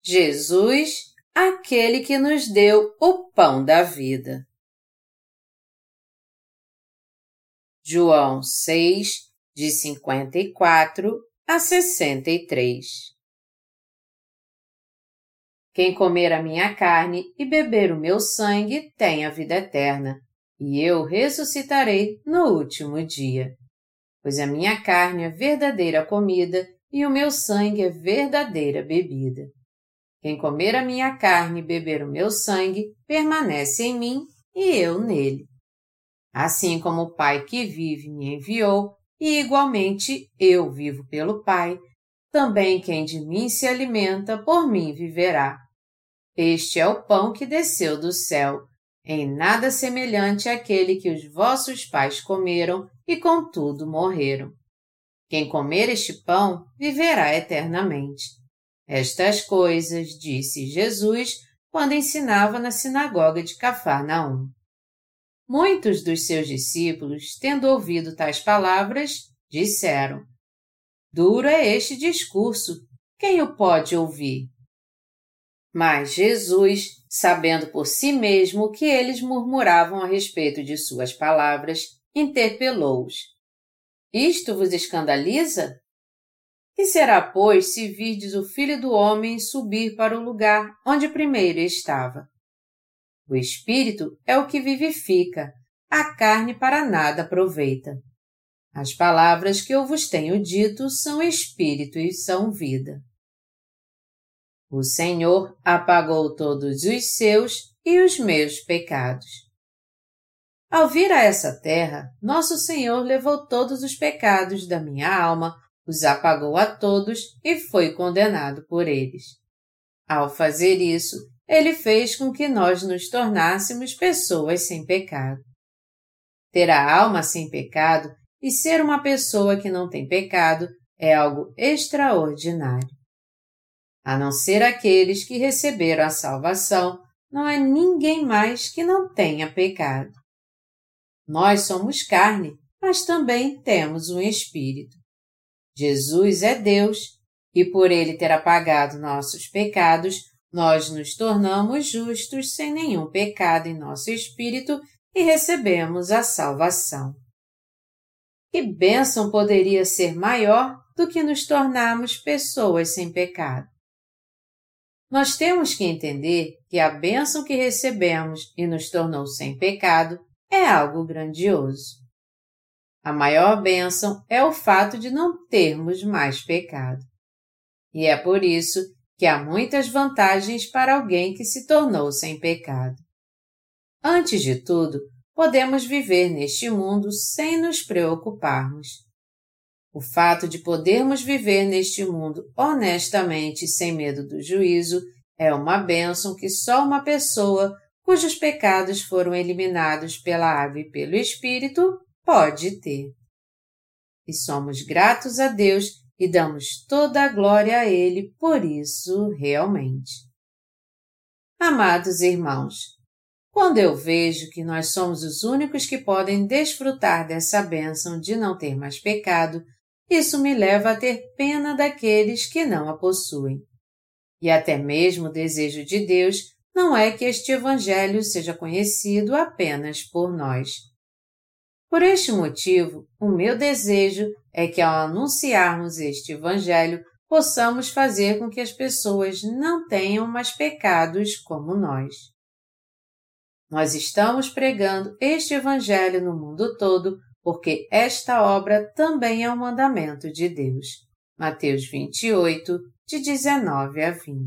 Jesus, aquele que nos deu o pão da vida. João 6, de 54 a 63. Quem comer a minha carne e beber o meu sangue tem a vida eterna, e eu ressuscitarei no último dia. Pois a minha carne é verdadeira comida e o meu sangue é verdadeira bebida. Quem comer a minha carne e beber o meu sangue permanece em mim e eu nele. Assim como o Pai que vive me enviou, e igualmente eu vivo pelo Pai, também quem de mim se alimenta por mim viverá. Este é o pão que desceu do céu, em nada semelhante àquele que os vossos pais comeram e contudo morreram. Quem comer este pão viverá eternamente. Estas coisas disse Jesus quando ensinava na sinagoga de Cafarnaum. Muitos dos seus discípulos, tendo ouvido tais palavras, disseram: Duro é este discurso, quem o pode ouvir? Mas Jesus, sabendo por si mesmo que eles murmuravam a respeito de suas palavras, interpelou-os: Isto vos escandaliza? Que será, pois, se virdes o Filho do Homem subir para o lugar onde primeiro estava? O Espírito é o que vivifica, a carne para nada aproveita. As palavras que eu vos tenho dito são Espírito e são vida. O Senhor apagou todos os seus e os meus pecados. Ao vir a essa terra, nosso Senhor levou todos os pecados da minha alma, os apagou a todos e foi condenado por eles. Ao fazer isso, Ele fez com que nós nos tornássemos pessoas sem pecado. Ter a alma sem pecado e ser uma pessoa que não tem pecado é algo extraordinário. A não ser aqueles que receberam a salvação, não há ninguém mais que não tenha pecado. Nós somos carne, mas também temos um espírito. Jesus é Deus, e por Ele ter apagado nossos pecados, nós nos tornamos justos sem nenhum pecado em nosso espírito e recebemos a salvação. Que bênção poderia ser maior do que nos tornarmos pessoas sem pecado? Nós temos que entender que a bênção que recebemos e nos tornou sem pecado é algo grandioso. A maior bênção é o fato de não termos mais pecado. E é por isso que há muitas vantagens para alguém que se tornou sem pecado. Antes de tudo, podemos viver neste mundo sem nos preocuparmos. O fato de podermos viver neste mundo honestamente e sem medo do juízo é uma bênção que só uma pessoa cujos pecados foram eliminados pela água e pelo Espírito pode ter. E somos gratos a Deus e damos toda a glória a Ele por isso realmente. Amados irmãos, quando eu vejo que nós somos os únicos que podem desfrutar dessa bênção de não ter mais pecado, isso me leva a ter pena daqueles que não a possuem. E até mesmo o desejo de Deus não é que este Evangelho seja conhecido apenas por nós. Por este motivo, o meu desejo é que ao anunciarmos este Evangelho, possamos fazer com que as pessoas não tenham mais pecados como nós. Nós estamos pregando este Evangelho no mundo todo porque esta obra também é um mandamento de Deus. Mateus 28, de 19 a 20.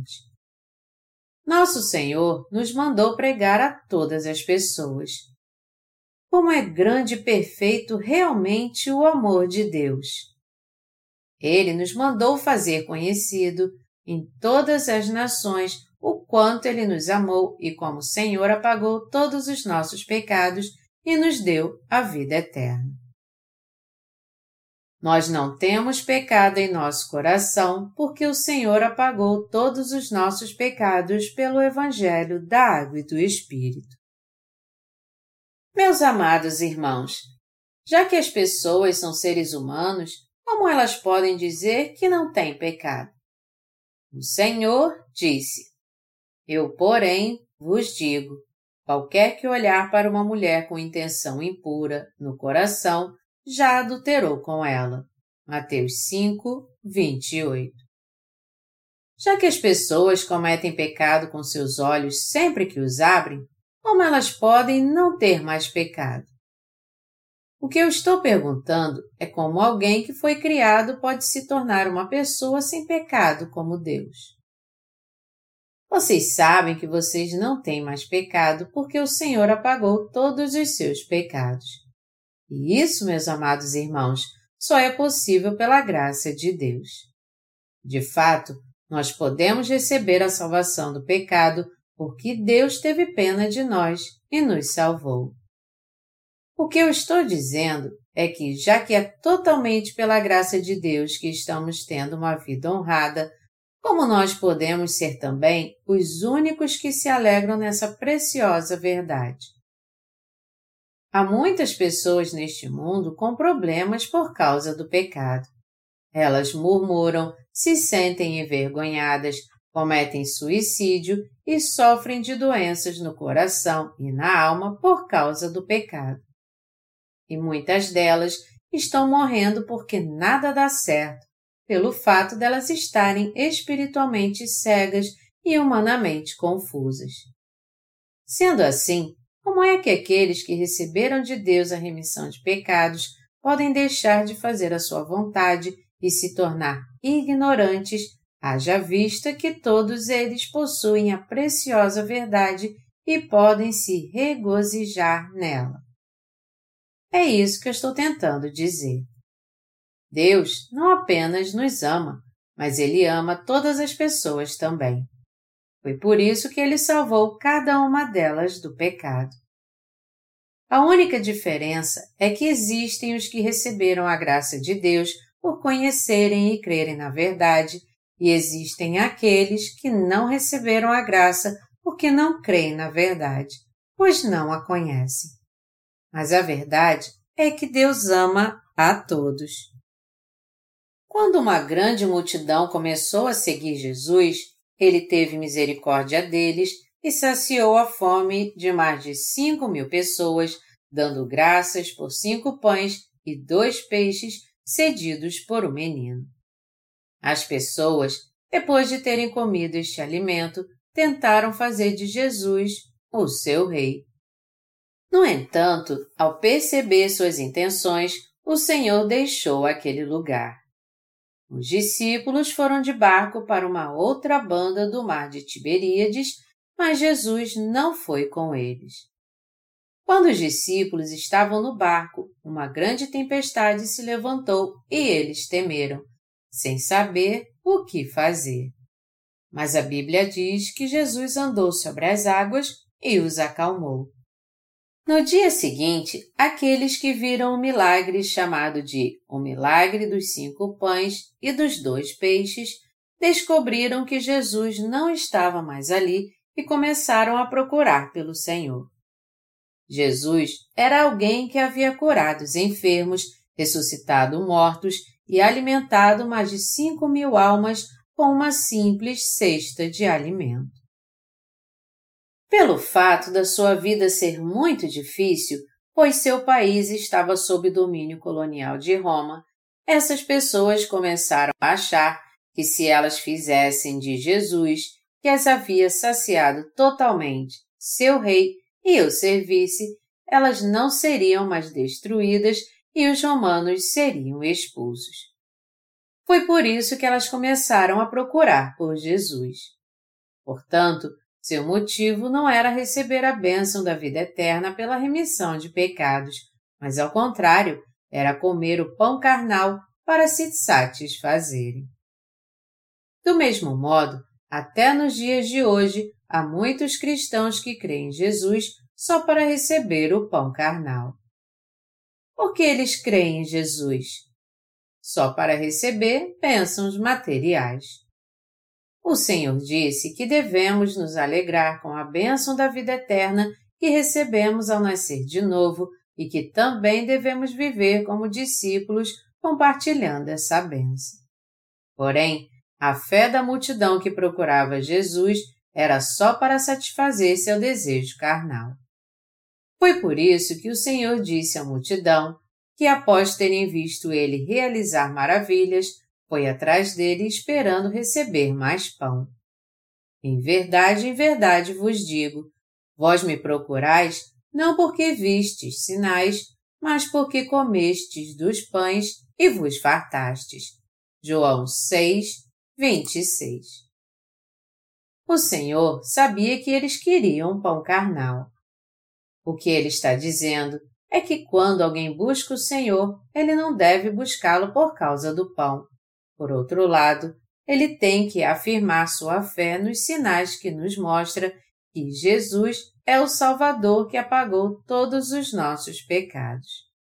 Nosso Senhor nos mandou pregar a todas as pessoas. Como é grande e perfeito realmente o amor de Deus! Ele nos mandou fazer conhecido em todas as nações o quanto Ele nos amou e como o Senhor apagou todos os nossos pecados e nos deu a vida eterna. Nós não temos pecado em nosso coração porque o Senhor apagou todos os nossos pecados pelo Evangelho da Água e do Espírito. Meus amados irmãos, já que as pessoas são seres humanos, como elas podem dizer que não têm pecado? O Senhor disse: Eu, porém, vos digo, qualquer que olhar para uma mulher com intenção impura no coração, já adulterou com ela. Mateus 5, 28. Já que as pessoas cometem pecado com seus olhos sempre que os abrem, como elas podem não ter mais pecado? O que eu estou perguntando é como alguém que foi criado pode se tornar uma pessoa sem pecado como Deus. Vocês sabem que vocês não têm mais pecado porque o Senhor apagou todos os seus pecados. E isso, meus amados irmãos, só é possível pela graça de Deus. De fato, nós podemos receber a salvação do pecado porque Deus teve pena de nós e nos salvou. O que eu estou dizendo é que, já que é totalmente pela graça de Deus que estamos tendo uma vida honrada, como nós podemos ser também os únicos que se alegram nessa preciosa verdade? Há muitas pessoas neste mundo com problemas por causa do pecado. Elas murmuram, se sentem envergonhadas, cometem suicídio e sofrem de doenças no coração e na alma por causa do pecado. E muitas delas estão morrendo porque nada dá certo, pelo fato delas estarem espiritualmente cegas e humanamente confusas. Sendo assim, como é que aqueles que receberam de Deus a remissão de pecados podem deixar de fazer a sua vontade e se tornar ignorantes, haja vista que todos eles possuem a preciosa verdade e podem se regozijar nela? É isso que eu estou tentando dizer. Deus não apenas nos ama, mas Ele ama todas as pessoas também. Foi por isso que Ele salvou cada uma delas do pecado. A única diferença é que existem os que receberam a graça de Deus por conhecerem e crerem na verdade, e existem aqueles que não receberam a graça porque não creem na verdade, pois não a conhecem. Mas a verdade é que Deus ama a todos. Quando uma grande multidão começou a seguir Jesus, Ele teve misericórdia deles e saciou a fome de mais de 5.000 pessoas, dando graças por 5 pães e 2 peixes cedidos por um menino. As pessoas, depois de terem comido este alimento, tentaram fazer de Jesus o seu rei. No entanto, ao perceber suas intenções, o Senhor deixou aquele lugar. Os discípulos foram de barco para uma outra banda do mar de Tiberíades, mas Jesus não foi com eles. Quando os discípulos estavam no barco, uma grande tempestade se levantou e eles temeram, sem saber o que fazer. Mas a Bíblia diz que Jesus andou sobre as águas e os acalmou. No dia seguinte, aqueles que viram o milagre chamado de o milagre dos 5 pães e dos 2 peixes, descobriram que Jesus não estava mais ali e começaram a procurar pelo Senhor. Jesus era alguém que havia curado os enfermos, ressuscitado mortos e alimentado mais de 5.000 almas com uma simples cesta de alimento. Pelo fato da sua vida ser muito difícil, pois seu país estava sob domínio colonial de Roma, essas pessoas começaram a achar que se elas fizessem de Jesus, que as havia saciado totalmente, seu rei, e o servisse, elas não seriam mais destruídas e os romanos seriam expulsos. Foi por isso que elas começaram a procurar por Jesus. Portanto, seu motivo não era receber a bênção da vida eterna pela remissão de pecados, mas ao contrário, era comer o pão carnal para se satisfazerem. Do mesmo modo, até nos dias de hoje, há muitos cristãos que creem em Jesus só para receber o pão carnal. Por que eles creem em Jesus? Só para receber bênçãos materiais. O Senhor disse que devemos nos alegrar com a bênção da vida eterna que recebemos ao nascer de novo e que também devemos viver como discípulos compartilhando essa bênção. Porém, A fé da multidão que procurava Jesus era só para satisfazer seu desejo carnal. Foi por isso que o Senhor disse à multidão que, após terem visto ele realizar maravilhas, foi atrás dele esperando receber mais pão. Em verdade vos digo, vós me procurais não porque vistes sinais, mas porque comestes dos pães e vos fartastes. João 6, 26. O Senhor sabia que eles queriam pão carnal. O que ele está dizendo é que quando alguém busca o Senhor, ele não deve buscá-lo por causa do pão. Por outro lado, ele tem que afirmar sua fé nos sinais que nos mostra que Jesus é o Salvador que apagou todos os nossos pecados.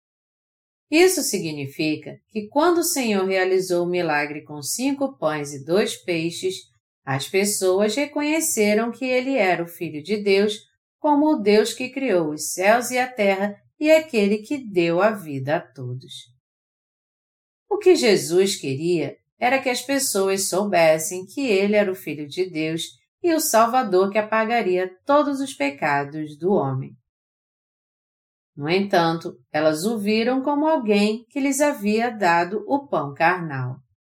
Isso significa que quando o Senhor realizou o milagre com 5 pães e 2 peixes, as pessoas reconheceram que ele era o Filho de Deus como o Deus que criou os céus e a terra e aquele que deu a vida a todos. O que Jesus queria era que as pessoas soubessem que ele era o Filho de Deus e o Salvador que apagaria todos os pecados do homem. No entanto, elas o viram como alguém que lhes havia dado o pão carnal.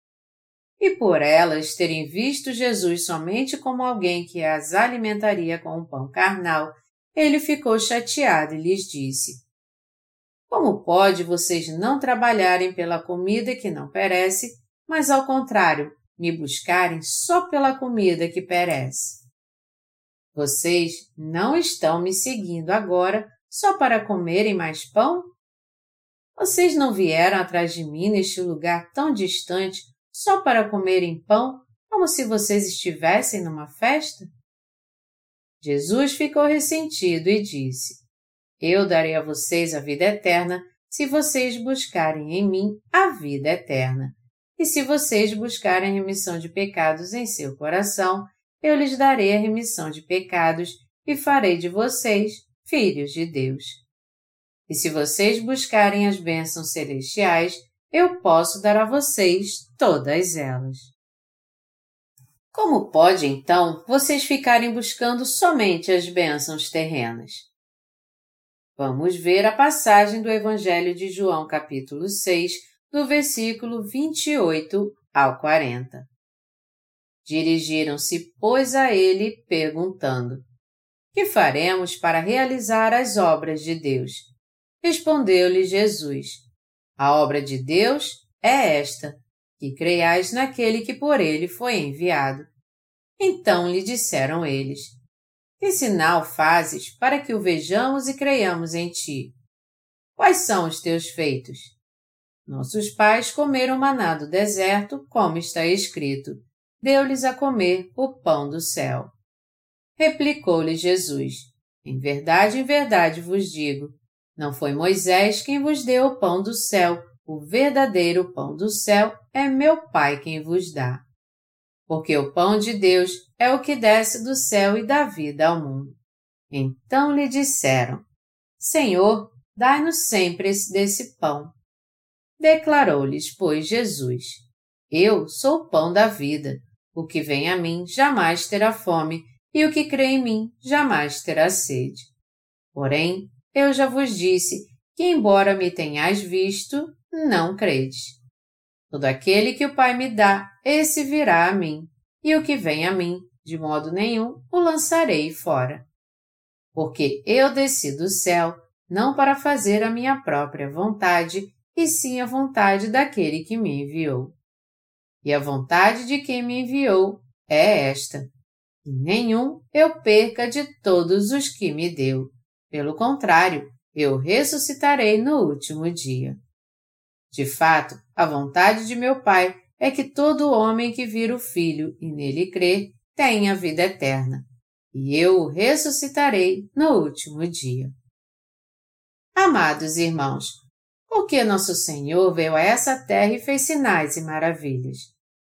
E por elas terem visto Jesus somente como alguém que as alimentaria com o pão carnal, ele ficou chateado e lhes disse: Como pode vocês não trabalharem pela comida que não perece, mas ao contrário, me buscarem só pela comida que perece? Vocês não estão me seguindo agora só para comerem mais pão? Vocês não vieram atrás de mim neste lugar tão distante só para comerem pão, como se vocês estivessem numa festa? Jesus ficou ressentido e disse: Eu darei a vocês a vida eterna se vocês buscarem em mim a vida eterna. E se vocês buscarem a remissão de pecados em seu coração, eu lhes darei a remissão de pecados e farei de vocês filhos de Deus. E se vocês buscarem as bênçãos celestiais, eu posso dar a vocês todas elas. Como pode, então, vocês ficarem buscando somente as bênçãos terrenas? Vamos ver a passagem do Evangelho de João, capítulo 6, do versículo 28 ao 40. Dirigiram-se, pois, a ele, perguntando: Que faremos para realizar as obras de Deus? Respondeu-lhe Jesus: A obra de Deus é esta, que creiais naquele que por ele foi enviado. Então lhe disseram eles: Que sinal fazes para que o vejamos e creiamos em ti? Quais são os teus feitos? Nossos pais comeram maná do deserto, como está escrito: Deu-lhes a comer o pão do céu. Replicou-lhe Jesus: em verdade vos digo, não foi Moisés quem vos deu o pão do céu, o verdadeiro pão do céu é meu Pai quem vos dá. Porque o pão de Deus é o que desce do céu e dá vida ao mundo. Então lhe disseram: Senhor, dai-nos sempre desse pão. Declarou-lhes, pois, Jesus: Eu sou o pão da vida. O que vem a mim jamais terá fome, e o que crê em mim jamais terá sede. Porém, eu já vos disse que, embora me tenhais visto, não credes. Todo aquele que o Pai me dá, esse virá a mim, e o que vem a mim, de modo nenhum, o lançarei fora. Porque eu desci do céu, não para fazer a minha própria vontade, e sim a vontade daquele que me enviou. E a vontade de quem me enviou é esta: que nenhum eu perca de todos os que me deu. Pelo contrário, eu ressuscitarei no último dia. De fato, a vontade de meu Pai é que todo homem que vir o Filho e nele crer tenha vida eterna, e eu o ressuscitarei no último dia. Amados irmãos, por que nosso Senhor veio a essa terra e fez sinais e maravilhas?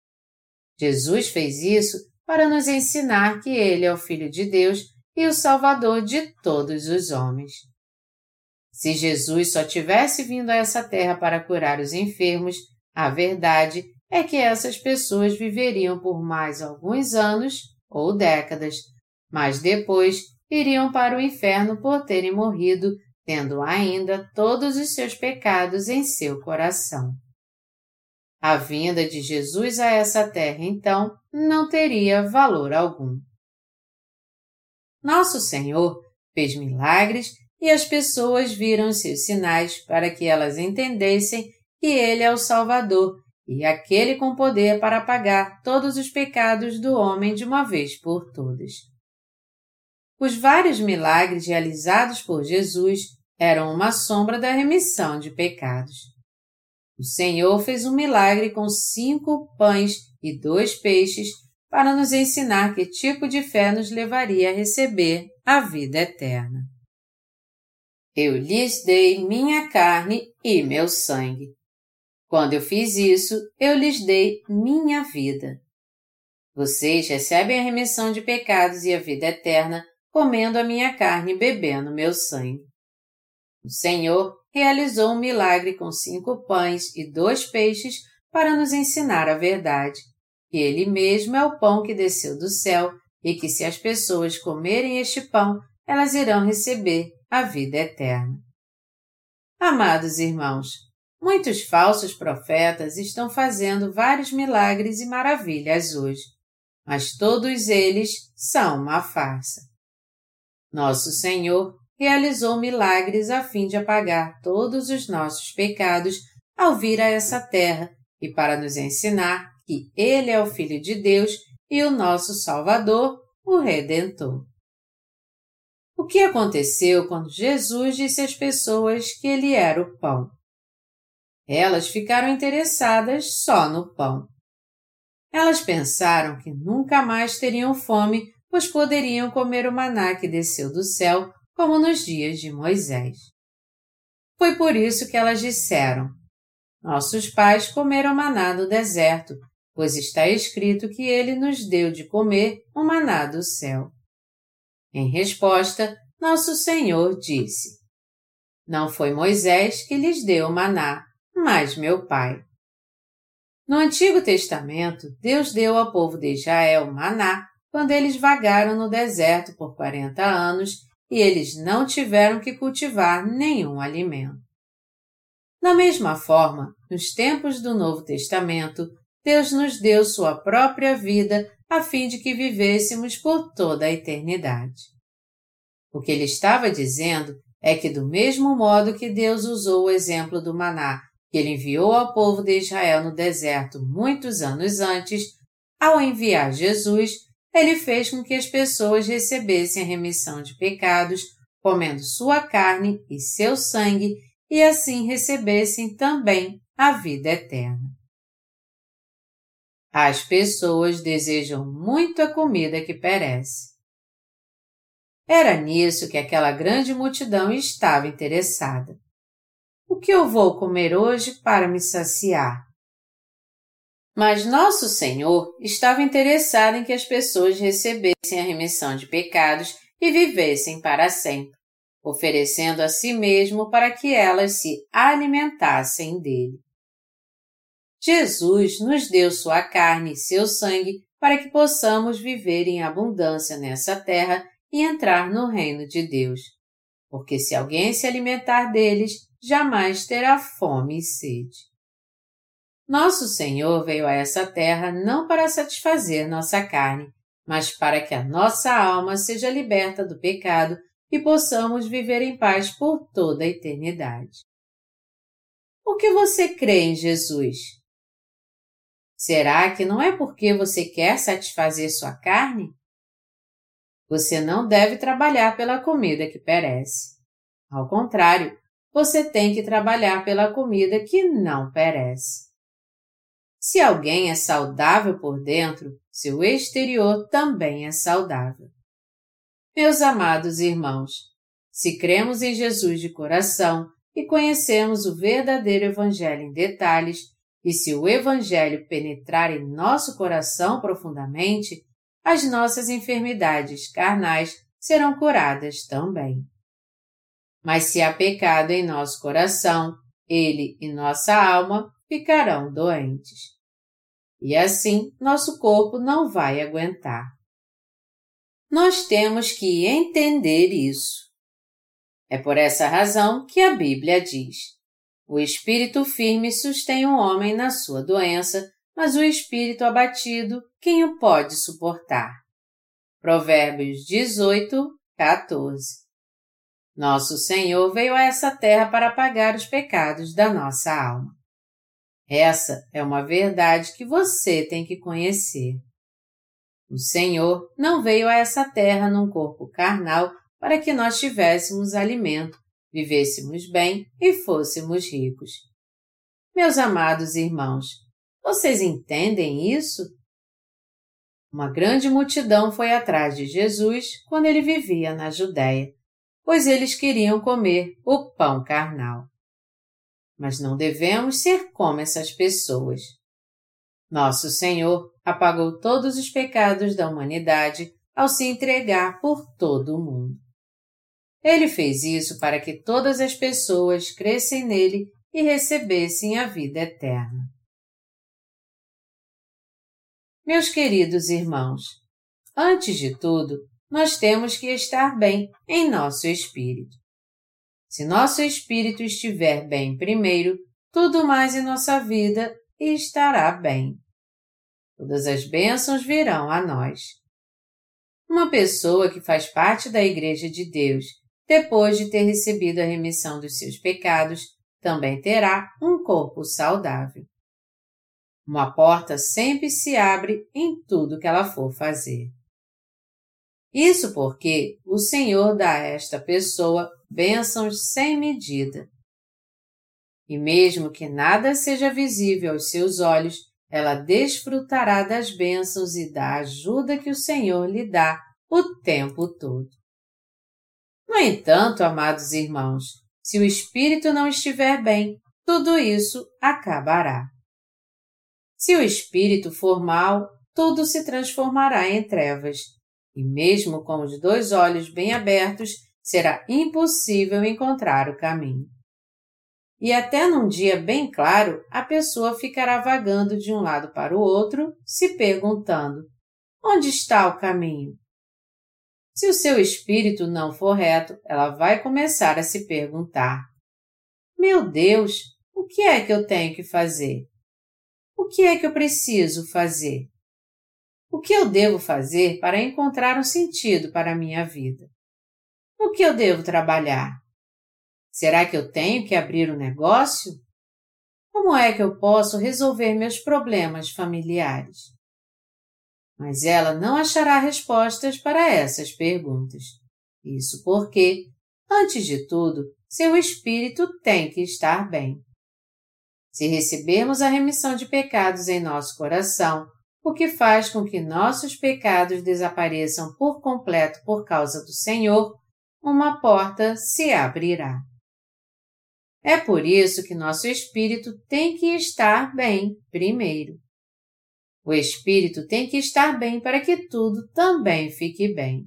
Jesus fez isso para nos ensinar que Ele é o Filho de Deus e o Salvador de todos os homens. Se Jesus só tivesse vindo a essa terra para curar os enfermos, a verdade é que essas pessoas viveriam por mais alguns anos ou décadas, mas depois iriam para o inferno por terem morrido, tendo ainda todos os seus pecados em seu coração. A vinda de Jesus a essa terra, então, não teria valor algum. Nosso Senhor fez milagres e as pessoas viram os seus sinais para que elas entendessem que Ele é o Salvador e aquele com poder para apagar todos os pecados do homem de uma vez por todas. Os vários milagres realizados por Jesus eram uma sombra da remissão de pecados. O Senhor fez um milagre com 5 pães e 2 peixes para nos ensinar que tipo de fé nos levaria a receber a vida eterna. Eu lhes dei minha carne e meu sangue. Quando eu fiz isso, eu lhes dei minha vida. Vocês recebem a remissão de pecados e a vida eterna comendo a minha carne e bebendo meu sangue. O Senhor realizou um milagre com 5 pães e 2 peixes para nos ensinar a verdade, que Ele mesmo é o pão que desceu do céu e que se as pessoas comerem este pão, elas irão receber a vida eterna. Amados irmãos, muitos falsos profetas estão fazendo vários milagres e maravilhas hoje, mas todos eles são uma farsa. Nosso Senhor realizou milagres a fim de apagar todos os nossos pecados ao vir a essa terra e para nos ensinar que Ele é o Filho de Deus e o nosso Salvador, o Redentor. O que aconteceu quando Jesus disse às pessoas que Ele era o pão? Elas ficaram interessadas só no pão. Elas pensaram que nunca mais teriam fome, pois poderiam comer o maná que desceu do céu, como nos dias de Moisés. Foi por isso que elas disseram: nossos pais comeram maná no deserto, pois está escrito que Ele nos deu de comer o maná do céu. Em resposta, nosso Senhor disse: não foi Moisés que lhes deu o maná, mas meu Pai. No Antigo Testamento, Deus deu ao povo de Israel o maná quando eles vagaram no deserto por 40 anos e eles não tiveram que cultivar nenhum alimento. Da mesma forma, nos tempos do Novo Testamento, Deus nos deu sua própria vida a fim de que vivêssemos por toda a eternidade. O que ele estava dizendo é que do mesmo modo que Deus usou o exemplo do maná que ele enviou ao povo de Israel no deserto muitos anos antes, ao enviar Jesus, ele fez com que as pessoas recebessem a remissão de pecados, comendo sua carne e seu sangue, e assim recebessem também a vida eterna. As pessoas desejam muito a comida que perece. Era nisso que aquela grande multidão estava interessada. O que eu vou comer hoje para me saciar? Mas nosso Senhor estava interessado em que as pessoas recebessem a remissão de pecados e vivessem para sempre, oferecendo a si mesmo para que elas se alimentassem dele. Jesus nos deu sua carne e seu sangue para que possamos viver em abundância nessa terra e entrar no reino de Deus. Porque se alguém se alimentar deles, jamais terá fome e sede. Nosso Senhor veio a essa terra não para satisfazer nossa carne, mas para que a nossa alma seja liberta do pecado e possamos viver em paz por toda a eternidade. Por que você crê em Jesus? Será que não é porque você quer satisfazer sua carne? Você não deve trabalhar pela comida que perece. Ao contrário, você tem que trabalhar pela comida que não perece. Se alguém é saudável por dentro, seu exterior também é saudável. Meus amados irmãos, se cremos em Jesus de coração e conhecemos o verdadeiro Evangelho em detalhes, e se o Evangelho penetrar em nosso coração profundamente, as nossas enfermidades carnais serão curadas também. Mas se há pecado em nosso coração, ele e nossa alma ficarão doentes. e assim nosso corpo não vai aguentar. Nós temos que entender isso. É por essa razão que a Bíblia diz: o espírito firme sustém o homem na sua doença, mas o espírito abatido, quem o pode suportar? Provérbios 18:14. Nosso Senhor veio a essa terra para apagar os pecados da nossa alma. Essa é uma verdade que você tem que conhecer. O Senhor não veio a essa terra num corpo carnal para que nós tivéssemos alimento, vivêssemos bem e fôssemos ricos. Meus amados irmãos, vocês entendem isso? Uma grande multidão foi atrás de Jesus quando ele vivia na Judéia, pois eles queriam comer o pão carnal. Mas não devemos ser como essas pessoas. Nosso Senhor apagou todos os pecados da humanidade ao se entregar por todo o mundo. Ele fez isso para que todas as pessoas crescem nele e recebessem a vida eterna. Meus queridos irmãos, antes de tudo, nós temos que estar bem em nosso espírito. Se nosso espírito estiver bem primeiro, tudo mais em nossa vida estará bem. Todas as bênçãos virão a nós. Uma pessoa que faz parte da Igreja de Deus, depois de ter recebido a remissão dos seus pecados, também terá um corpo saudável. Uma porta sempre se abre em tudo que ela for fazer. Isso porque o Senhor dá a esta pessoa bênçãos sem medida. E mesmo que nada seja visível aos seus olhos, ela desfrutará das bênçãos e da ajuda que o Senhor lhe dá o tempo todo. No entanto, amados irmãos, se o espírito não estiver bem, tudo isso acabará. Se o espírito for mau, tudo se transformará em trevas, e mesmo com os 2 olhos bem abertos, será impossível encontrar o caminho. E até num dia bem claro, a pessoa ficará vagando de um lado para o outro, se perguntando: onde está o caminho? Se o seu espírito não for reto, ela vai começar a se perguntar: meu Deus, o que é que eu tenho que fazer? O que é que eu preciso fazer? O que eu devo fazer para encontrar um sentido para a minha vida? O que eu devo trabalhar? Será que eu tenho que abrir um negócio? Como é que eu posso resolver meus problemas familiares? Mas ela não achará respostas para essas perguntas. Isso porque, antes de tudo, seu espírito tem que estar bem. Se recebermos a remissão de pecados em nosso coração, o que faz com que nossos pecados desapareçam por completo por causa do Senhor, uma porta se abrirá. É por isso que nosso espírito tem que estar bem primeiro. O espírito tem que estar bem para que tudo também fique bem.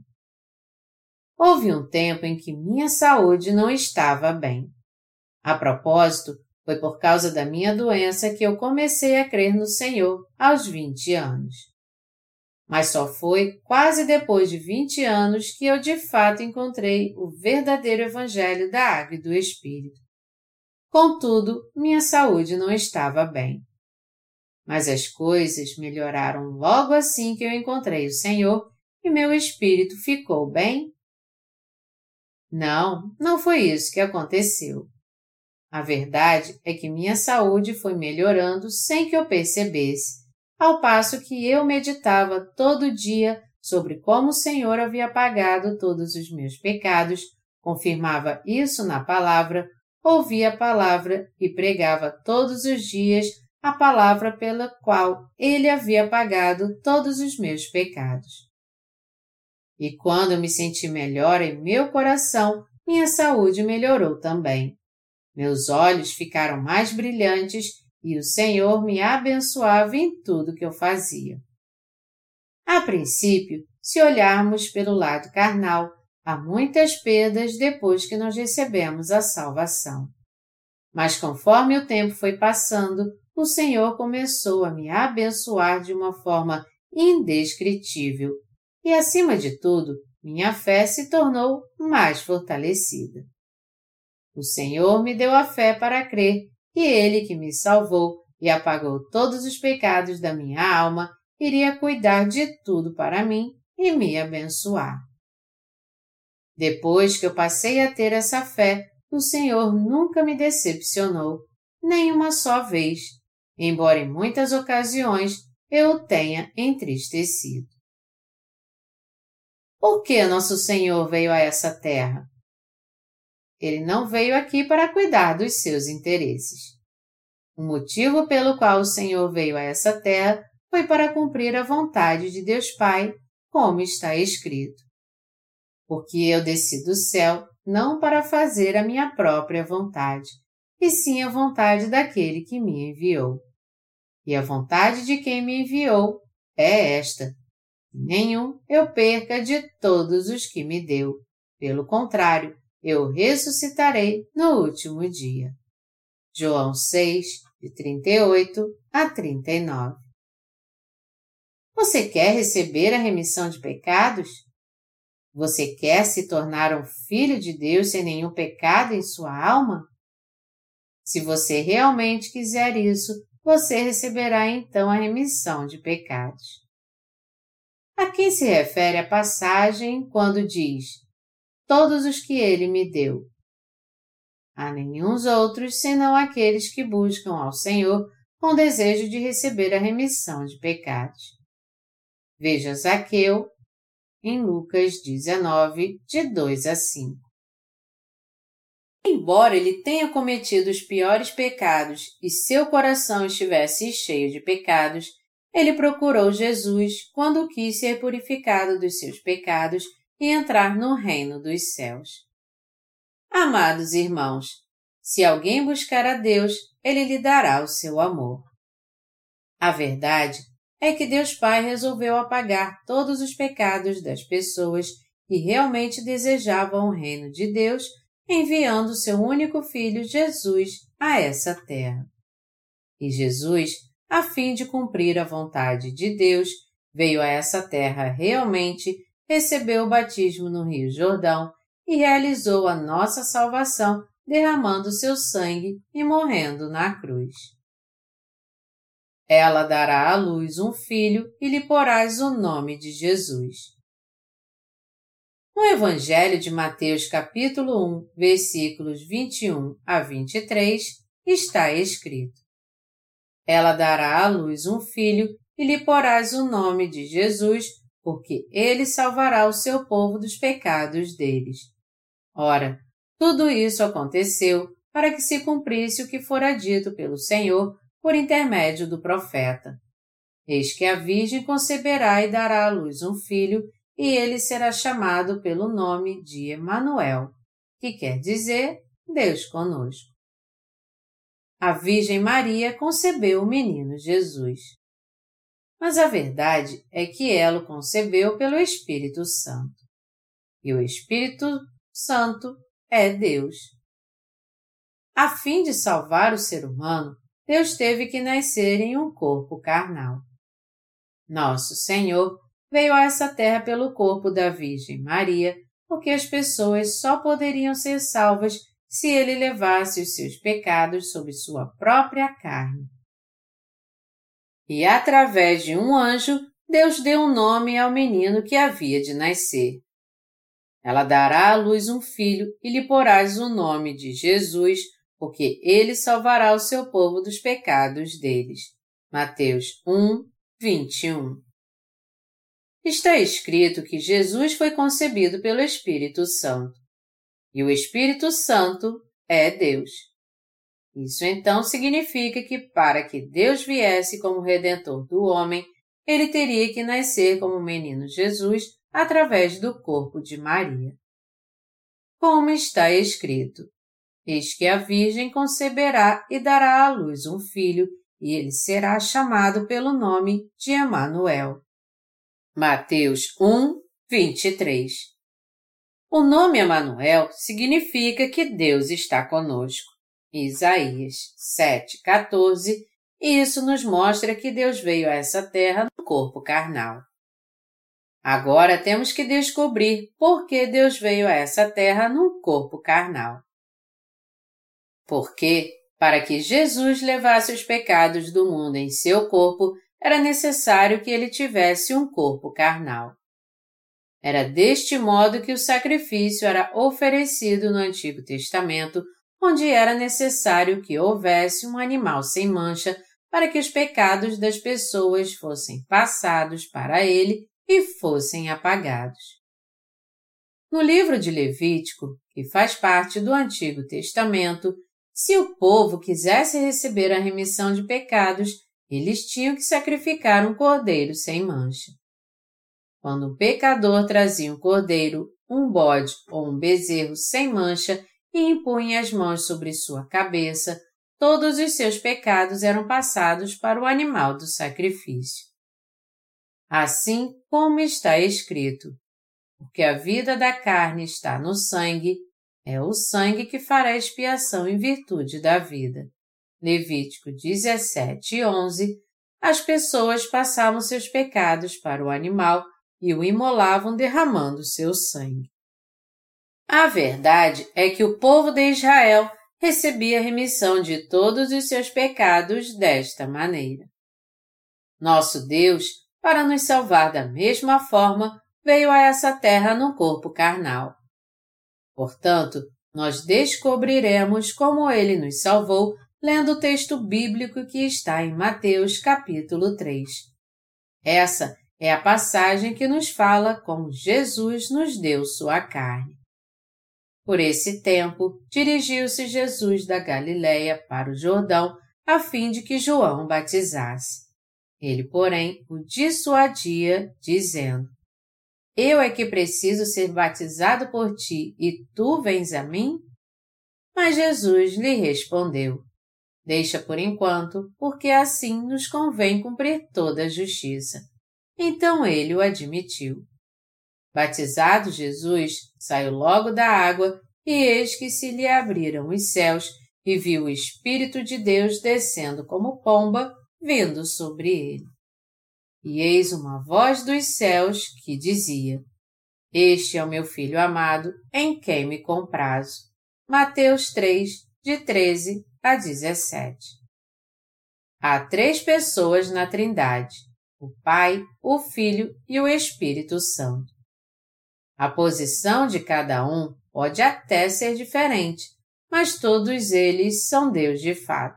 Houve um tempo em que minha saúde não estava bem. A propósito, foi por causa da minha doença que eu comecei a crer no Senhor aos 20 anos. Mas só foi quase depois de 20 anos que eu de fato encontrei o verdadeiro Evangelho da Água e do Espírito. Contudo, minha saúde não estava bem. Mas as coisas melhoraram logo assim que eu encontrei o Senhor e meu espírito ficou bem? Não foi isso que aconteceu. A verdade é que minha saúde foi melhorando sem que eu percebesse, ao passo que eu meditava todo dia sobre como o Senhor havia apagado todos os meus pecados, confirmava isso na palavra, ouvia a palavra e pregava todos os dias a palavra pela qual Ele havia apagado todos os meus pecados. E quando eu me senti melhor em meu coração, minha saúde melhorou também. Meus olhos ficaram mais brilhantes e o Senhor me abençoava em tudo que eu fazia. A princípio, se olharmos pelo lado carnal, há muitas perdas depois que nós recebemos a salvação. Mas conforme o tempo foi passando, o Senhor começou a me abençoar de uma forma indescritível e, acima de tudo, minha fé se tornou mais fortalecida. O Senhor me deu a fé para crer que Ele que me salvou e apagou todos os pecados da minha alma iria cuidar de tudo para mim e me abençoar. Depois que eu passei a ter essa fé, o Senhor nunca me decepcionou, nem uma só vez, embora em muitas ocasiões eu o tenha entristecido. Por que nosso Senhor veio a essa terra? Ele não veio aqui para cuidar dos seus interesses. O motivo pelo qual o Senhor veio a essa terra foi para cumprir a vontade de Deus Pai, como está escrito. Porque eu desci do céu não para fazer a minha própria vontade, e sim a vontade daquele que me enviou. E a vontade de quem me enviou é esta: que nenhum eu perca de todos os que me deu. Pelo contrário, eu ressuscitarei no último dia. João 6, de 38 a 39. Você quer receber a remissão de pecados? Você quer se tornar um filho de Deus sem nenhum pecado em sua alma? Se você realmente quiser isso, você receberá então a remissão de pecados. A quem se refere a passagem quando diz: todos os que ele me deu? A nenhuns outros senão aqueles que buscam ao Senhor com desejo de receber a remissão de pecados. Veja Zaqueu em Lucas 19, de 2 a 5. Embora ele tenha cometido os piores pecados e seu coração estivesse cheio de pecados, ele procurou Jesus quando quis ser purificado dos seus pecados e entrar no reino dos céus. Amados irmãos, se alguém buscar a Deus, Ele lhe dará o seu amor. A verdade é que Deus Pai resolveu apagar todos os pecados das pessoas que realmente desejavam o reino de Deus, enviando seu único Filho Jesus a essa terra. E Jesus, a fim de cumprir a vontade de Deus, veio a essa terra realmente, recebeu o batismo no Rio Jordão e realizou a nossa salvação derramando seu sangue e morrendo na cruz. Ela dará à luz um filho e lhe porás o nome de Jesus. No Evangelho de Mateus capítulo 1, versículos 21 a 23, está escrito: Ela dará à luz um filho e lhe porás o nome de Jesus, porque ele salvará o seu povo dos pecados deles. Ora, tudo isso aconteceu para que se cumprisse o que fora dito pelo Senhor por intermédio do profeta. Eis que a Virgem conceberá e dará à luz um filho, e ele será chamado pelo nome de Emanuel, que quer dizer Deus conosco. A Virgem Maria concebeu o menino Jesus. Mas a verdade é que ela o concebeu pelo Espírito Santo. E o Espírito Santo é Deus. A fim de salvar o ser humano, Deus teve que nascer em um corpo carnal. Nosso Senhor veio a essa terra pelo corpo da Virgem Maria, porque as pessoas só poderiam ser salvas se ele levasse os seus pecados sobre sua própria carne. E através de um anjo, Deus deu um nome ao menino que havia de nascer. Ela dará à luz um filho e lhe porás o nome de Jesus, porque ele salvará o seu povo dos pecados deles. Mateus 1, 21. Está escrito que Jesus foi concebido pelo Espírito Santo. E o Espírito Santo é Deus. Isso então significa que para que Deus viesse como Redentor do homem, ele teria que nascer como o menino Jesus através do corpo de Maria. Como está escrito: Eis que a Virgem conceberá e dará à luz um filho, e ele será chamado pelo nome de Emanuel. Mateus 1, 23. O nome Emanuel significa que Deus está conosco. Isaías 7, 14 e isso nos mostra que Deus veio a essa terra no corpo carnal. Agora temos que descobrir por que Deus veio a essa terra num corpo carnal. Porque, para que Jesus levasse os pecados do mundo em seu corpo, era necessário que ele tivesse um corpo carnal. Era deste modo que o sacrifício era oferecido no Antigo Testamento, onde era necessário que houvesse um animal sem mancha para que os pecados das pessoas fossem passados para ele e fossem apagados. No livro de Levítico, que faz parte do Antigo Testamento, se o povo quisesse receber a remissão de pecados, eles tinham que sacrificar um cordeiro sem mancha. Quando um pecador trazia um cordeiro, um bode ou um bezerro sem mancha e impunha as mãos sobre sua cabeça, todos os seus pecados eram passados para o animal do sacrifício. Assim como está escrito, porque a vida da carne está no sangue, é o sangue que fará expiação em virtude da vida. Levítico 17:11, as pessoas passavam seus pecados para o animal e o imolavam derramando seu sangue. A verdade é que o povo de Israel recebia remissão de todos os seus pecados desta maneira. Nosso Deus, para nos salvar da mesma forma, veio a essa terra num corpo carnal. Portanto, nós descobriremos como ele nos salvou lendo o texto bíblico que está em Mateus capítulo 3. Essa é a passagem que nos fala como Jesus nos deu sua carne. Por esse tempo, dirigiu-se Jesus da Galileia para o Jordão, a fim de que João o batizasse. Ele, porém, o dissuadia, dizendo: Eu é que preciso ser batizado por ti, e tu vens a mim? Mas Jesus lhe respondeu: Deixa por enquanto, porque assim nos convém cumprir toda a justiça. Então ele o admitiu. Batizado Jesus, saiu logo da água, e eis que se lhe abriram os céus, e viu o Espírito de Deus descendo como pomba, vindo sobre ele. E eis uma voz dos céus que dizia: Este é o meu Filho amado, em quem me comprazo. Mateus 3, de 13 a 17. Há 3 pessoas na Trindade: o Pai, o Filho e o Espírito Santo. A posição de cada um pode até ser diferente, mas todos eles são Deus de fato.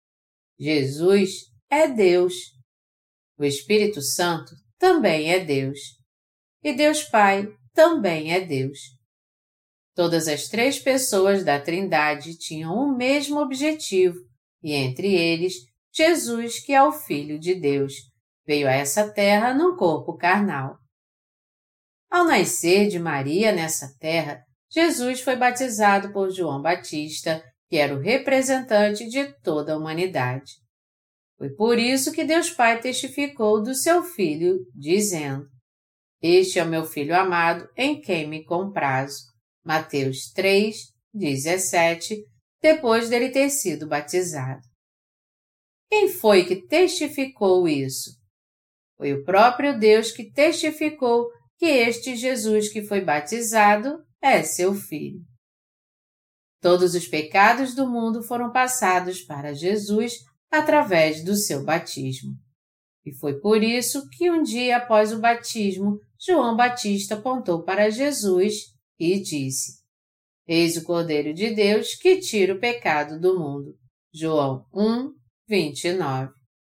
Jesus é Deus. O Espírito Santo também é Deus. E Deus Pai também é Deus. Todas as 3 pessoas da Trindade tinham o mesmo objetivo, e entre eles, Jesus, que é o Filho de Deus, veio a essa terra num corpo carnal. Ao nascer de Maria nessa terra, Jesus foi batizado por João Batista, que era o representante de toda a humanidade. Foi por isso que Deus Pai testificou do seu Filho, dizendo: Este é o meu Filho amado, em quem me comprazo. Mateus 3, 17, depois dele ter sido batizado. Quem foi que testificou isso? Foi o próprio Deus que testificou que este Jesus que foi batizado é seu Filho. Todos os pecados do mundo foram passados para Jesus através do seu batismo. E foi por isso que um dia após o batismo, João Batista apontou para Jesus e disse: Eis o Cordeiro de Deus que tira o pecado do mundo. João 1, 29.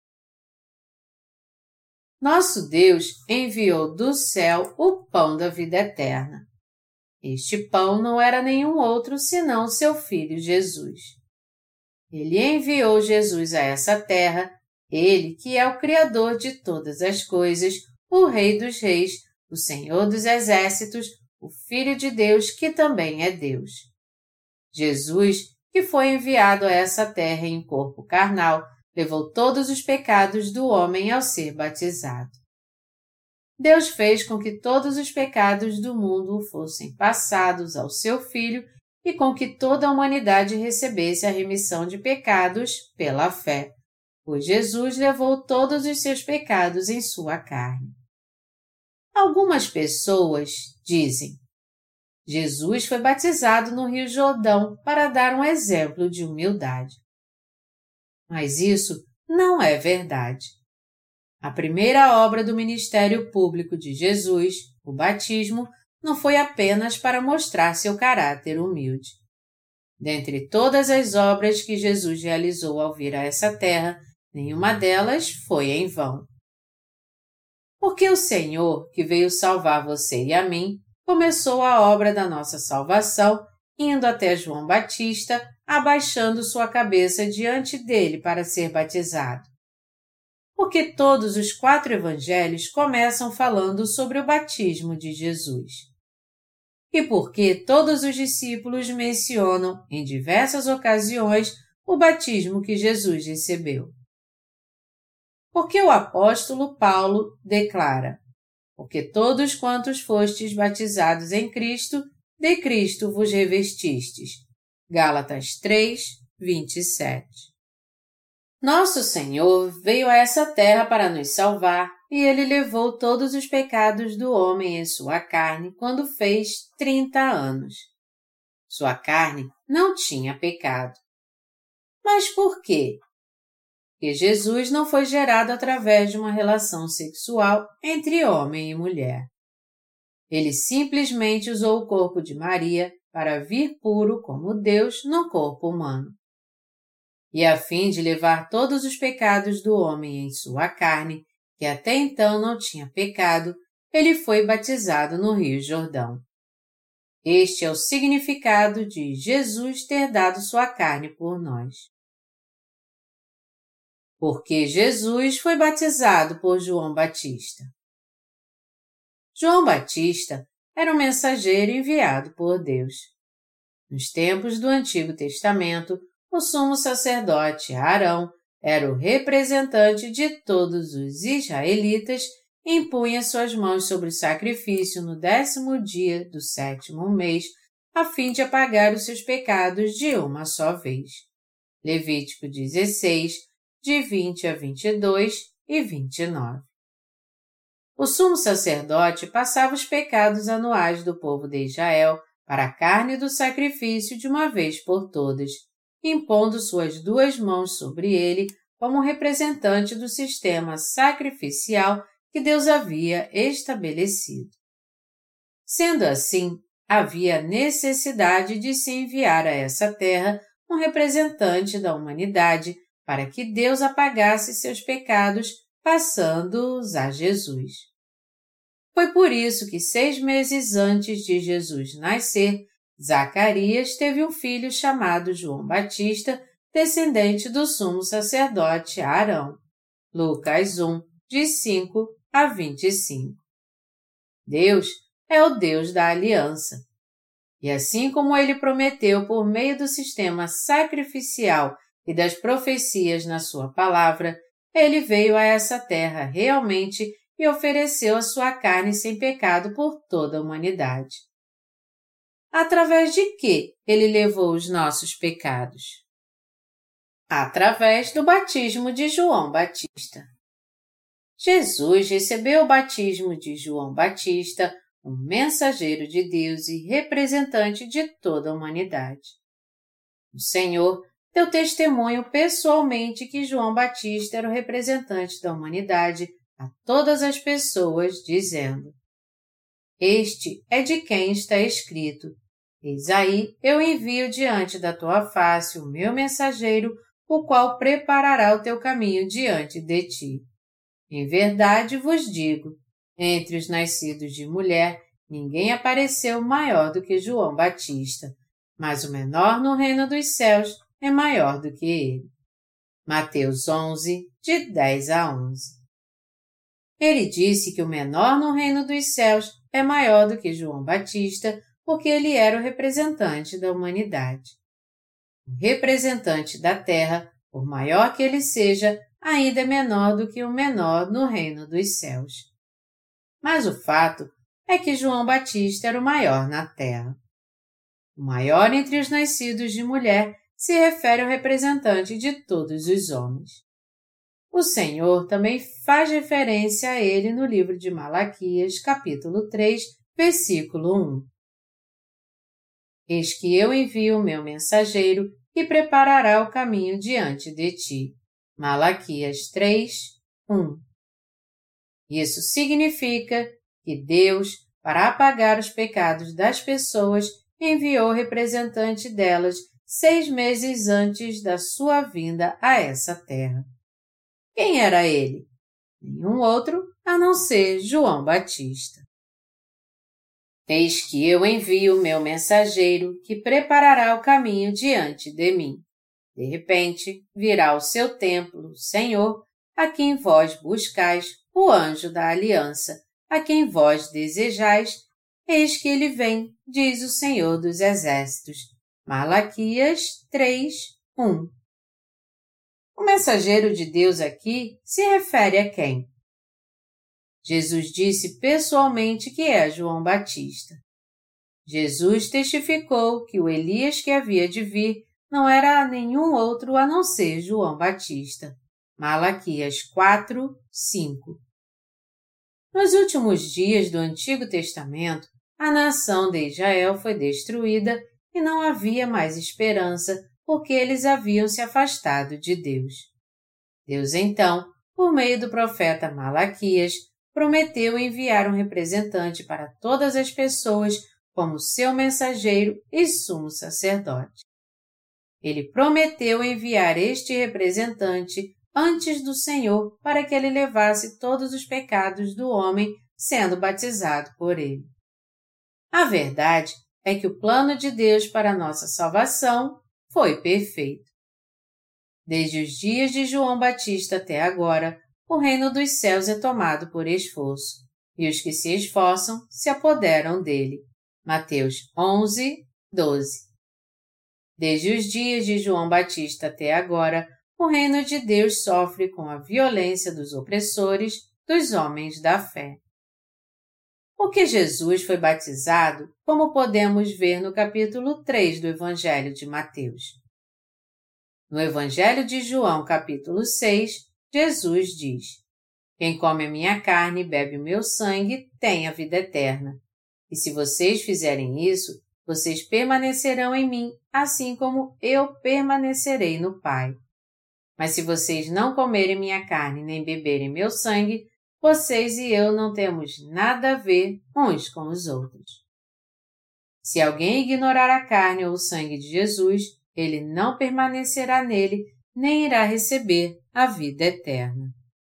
Nosso Deus enviou do céu o pão da vida eterna. Este pão não era nenhum outro senão seu Filho Jesus. Ele enviou Jesus a essa terra, ele que é o Criador de todas as coisas, o Rei dos Reis, o Senhor dos Exércitos, o Filho de Deus que também é Deus. Jesus, que foi enviado a essa terra em corpo carnal, levou todos os pecados do homem ao ser batizado. Deus fez com que todos os pecados do mundo fossem passados ao seu Filho e com que toda a humanidade recebesse a remissão de pecados pela fé. pois Jesus levou todos os seus pecados em sua carne. Algumas pessoas dizem: Jesus foi batizado no Rio Jordão para dar um exemplo de humildade. Mas isso não é verdade. A primeira obra do ministério público de Jesus, o batismo, não foi apenas para mostrar seu caráter humilde. Dentre todas as obras que Jesus realizou ao vir a essa terra, nenhuma delas foi em vão. Porque o Senhor, que veio salvar você e a mim, começou a obra da nossa salvação, indo até João Batista, abaixando sua cabeça diante dele para ser batizado. Porque todos os 4 evangelhos começam falando sobre o batismo de Jesus. E porque todos os discípulos mencionam, em diversas ocasiões, o batismo que Jesus recebeu. Porque o apóstolo Paulo declara: porque todos quantos fostes batizados em Cristo, de Cristo vos revestistes. Gálatas 3, 27. Nosso Senhor veio a essa terra para nos salvar e Ele levou todos os pecados do homem em sua carne quando fez 30 anos. Sua carne não tinha pecado. Mas por quê? Porque Jesus não foi gerado através de uma relação sexual entre homem e mulher. Ele simplesmente usou o corpo de Maria para vir puro como Deus no corpo humano. E a fim de levar todos os pecados do homem em sua carne, que até então não tinha pecado, ele foi batizado no Rio Jordão. Este é o significado de Jesus ter dado sua carne por nós. Porque Jesus foi batizado por João Batista. João Batista era um mensageiro enviado por Deus. Nos tempos do Antigo Testamento, o sumo sacerdote Arão era o representante de todos os israelitas e impunha suas mãos sobre o sacrifício no 10º dia do 7º mês, a fim de apagar os seus pecados de uma só vez. Levítico 16, de 20 a 22 e 29. O sumo sacerdote passava os pecados anuais do povo de Israel para a carne do sacrifício de uma vez por todas, impondo suas 2 mãos sobre ele como representante do sistema sacrificial que Deus havia estabelecido. Sendo assim, havia necessidade de se enviar a essa terra um representante da humanidade para que Deus apagasse seus pecados, passando-os a Jesus. Foi por isso que 6 meses antes de Jesus nascer, Zacarias teve um filho chamado João Batista, descendente do sumo sacerdote Arão. Lucas 1, de 5 a 25. Deus é o Deus da aliança. E assim como ele prometeu por meio do sistema sacrificial e das profecias na sua palavra, ele veio a essa terra realmente e ofereceu a sua carne sem pecado por toda a humanidade. Através de que ele levou os nossos pecados? Através do batismo de João Batista. Jesus recebeu o batismo de João Batista, um mensageiro de Deus e representante de toda a humanidade. O Senhor deu testemunho pessoalmente que João Batista era o representante da humanidade a todas as pessoas, dizendo: Este é de quem está escrito: Eis aí, eu envio diante da tua face o meu mensageiro, o qual preparará o teu caminho diante de ti. Em verdade vos digo, entre os nascidos de mulher, ninguém apareceu maior do que João Batista, mas o menor no reino dos céus é maior do que ele. Mateus 11, de 10 a 11. Ele disse que o menor no reino dos céus é maior do que João Batista, porque ele era o representante da humanidade. O representante da terra, por maior que ele seja, ainda é menor do que o menor no reino dos céus. Mas o fato é que João Batista era o maior na terra. O maior entre os nascidos de mulher se refere ao representante de todos os homens. O Senhor também faz referência a ele no livro de Malaquias, capítulo 3, versículo 1. Eis que eu envio o meu mensageiro e preparará o caminho diante de ti. Malaquias 3, 1. Isso significa que Deus, para apagar os pecados das pessoas, enviou o representante delas 6 meses antes da sua vinda a essa terra. Quem era ele? Nenhum outro a não ser João Batista. Eis que eu envio o meu mensageiro que preparará o caminho diante de mim. De repente, virá o seu templo, Senhor, a quem vós buscais, o anjo da aliança, a quem vós desejais, eis que ele vem, diz o Senhor dos Exércitos. Malaquias 3, 1. O mensageiro de Deus aqui se refere a quem? Jesus disse pessoalmente que é João Batista. Jesus testificou que o Elias que havia de vir não era nenhum outro a não ser João Batista. Malaquias 4, 5. Nos últimos dias do Antigo Testamento, a nação de Israel foi destruída e não havia mais esperança porque eles haviam se afastado de Deus. Deus, então, por meio do profeta Malaquias, prometeu enviar um representante para todas as pessoas como seu mensageiro e sumo sacerdote. Ele prometeu enviar este representante antes do Senhor para que ele levasse todos os pecados do homem sendo batizado por ele. A verdade é que o plano de Deus para a nossa salvação foi perfeito. Desde os dias de João Batista até agora, o reino dos céus é tomado por esforço, e os que se esforçam se apoderam dele. Mateus 11, 12. Desde os dias de João Batista até agora, o reino de Deus sofre com a violência dos opressores, dos homens da fé. Porque Jesus foi batizado, como podemos ver no capítulo 3 do Evangelho de Mateus. No Evangelho de João, capítulo 6, Jesus diz: Quem come a minha carne e bebe o meu sangue tem a vida eterna. E se vocês fizerem isso, vocês permanecerão em mim, assim como eu permanecerei no Pai. Mas se vocês não comerem minha carne nem beberem meu sangue, vocês e eu não temos nada a ver uns com os outros. Se alguém ignorar a carne ou o sangue de Jesus, ele não permanecerá nele, nem irá receber a vida eterna.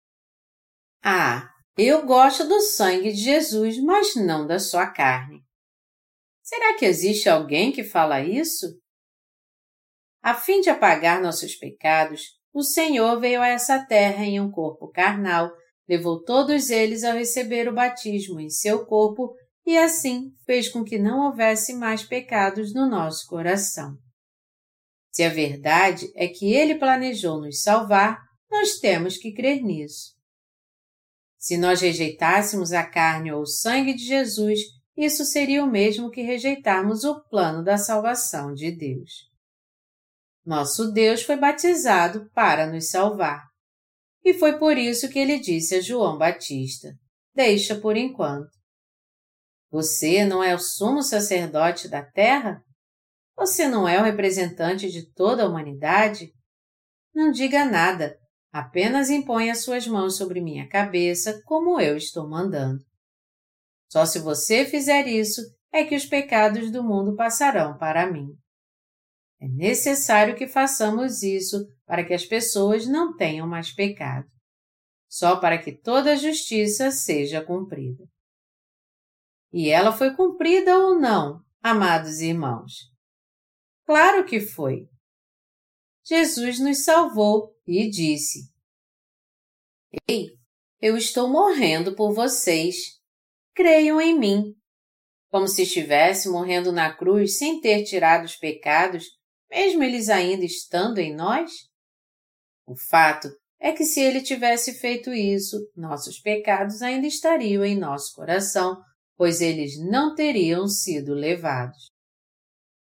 Eu gosto do sangue de Jesus, mas não da sua carne. Será que existe alguém que fala isso? A fim de apagar nossos pecados, o Senhor veio a essa terra em um corpo carnal, levou todos eles ao receber o batismo em seu corpo e assim fez com que não houvesse mais pecados no nosso coração. Se a verdade é que Ele planejou nos salvar, nós temos que crer nisso. Se nós rejeitássemos a carne ou o sangue de Jesus, isso seria o mesmo que rejeitarmos o plano da salvação de Deus. Nosso Deus foi batizado para nos salvar. E foi por isso que ele disse a João Batista: Deixa por enquanto. Você não é o sumo sacerdote da terra? Você não é o representante de toda a humanidade? Não diga nada, apenas imponha suas mãos sobre minha cabeça, como eu estou mandando. Só se você fizer isso é que os pecados do mundo passarão para mim. É necessário que façamos isso para que as pessoas não tenham mais pecado, só para que toda a justiça seja cumprida. E ela foi cumprida ou não, amados irmãos? Claro que foi. Jesus nos salvou e disse: Ei, eu estou morrendo por vocês. Creiam em mim. Como se estivesse morrendo na cruz sem ter tirado os pecados, mesmo eles ainda estando em nós? O fato é que se ele tivesse feito isso, nossos pecados ainda estariam em nosso coração, pois eles não teriam sido levados.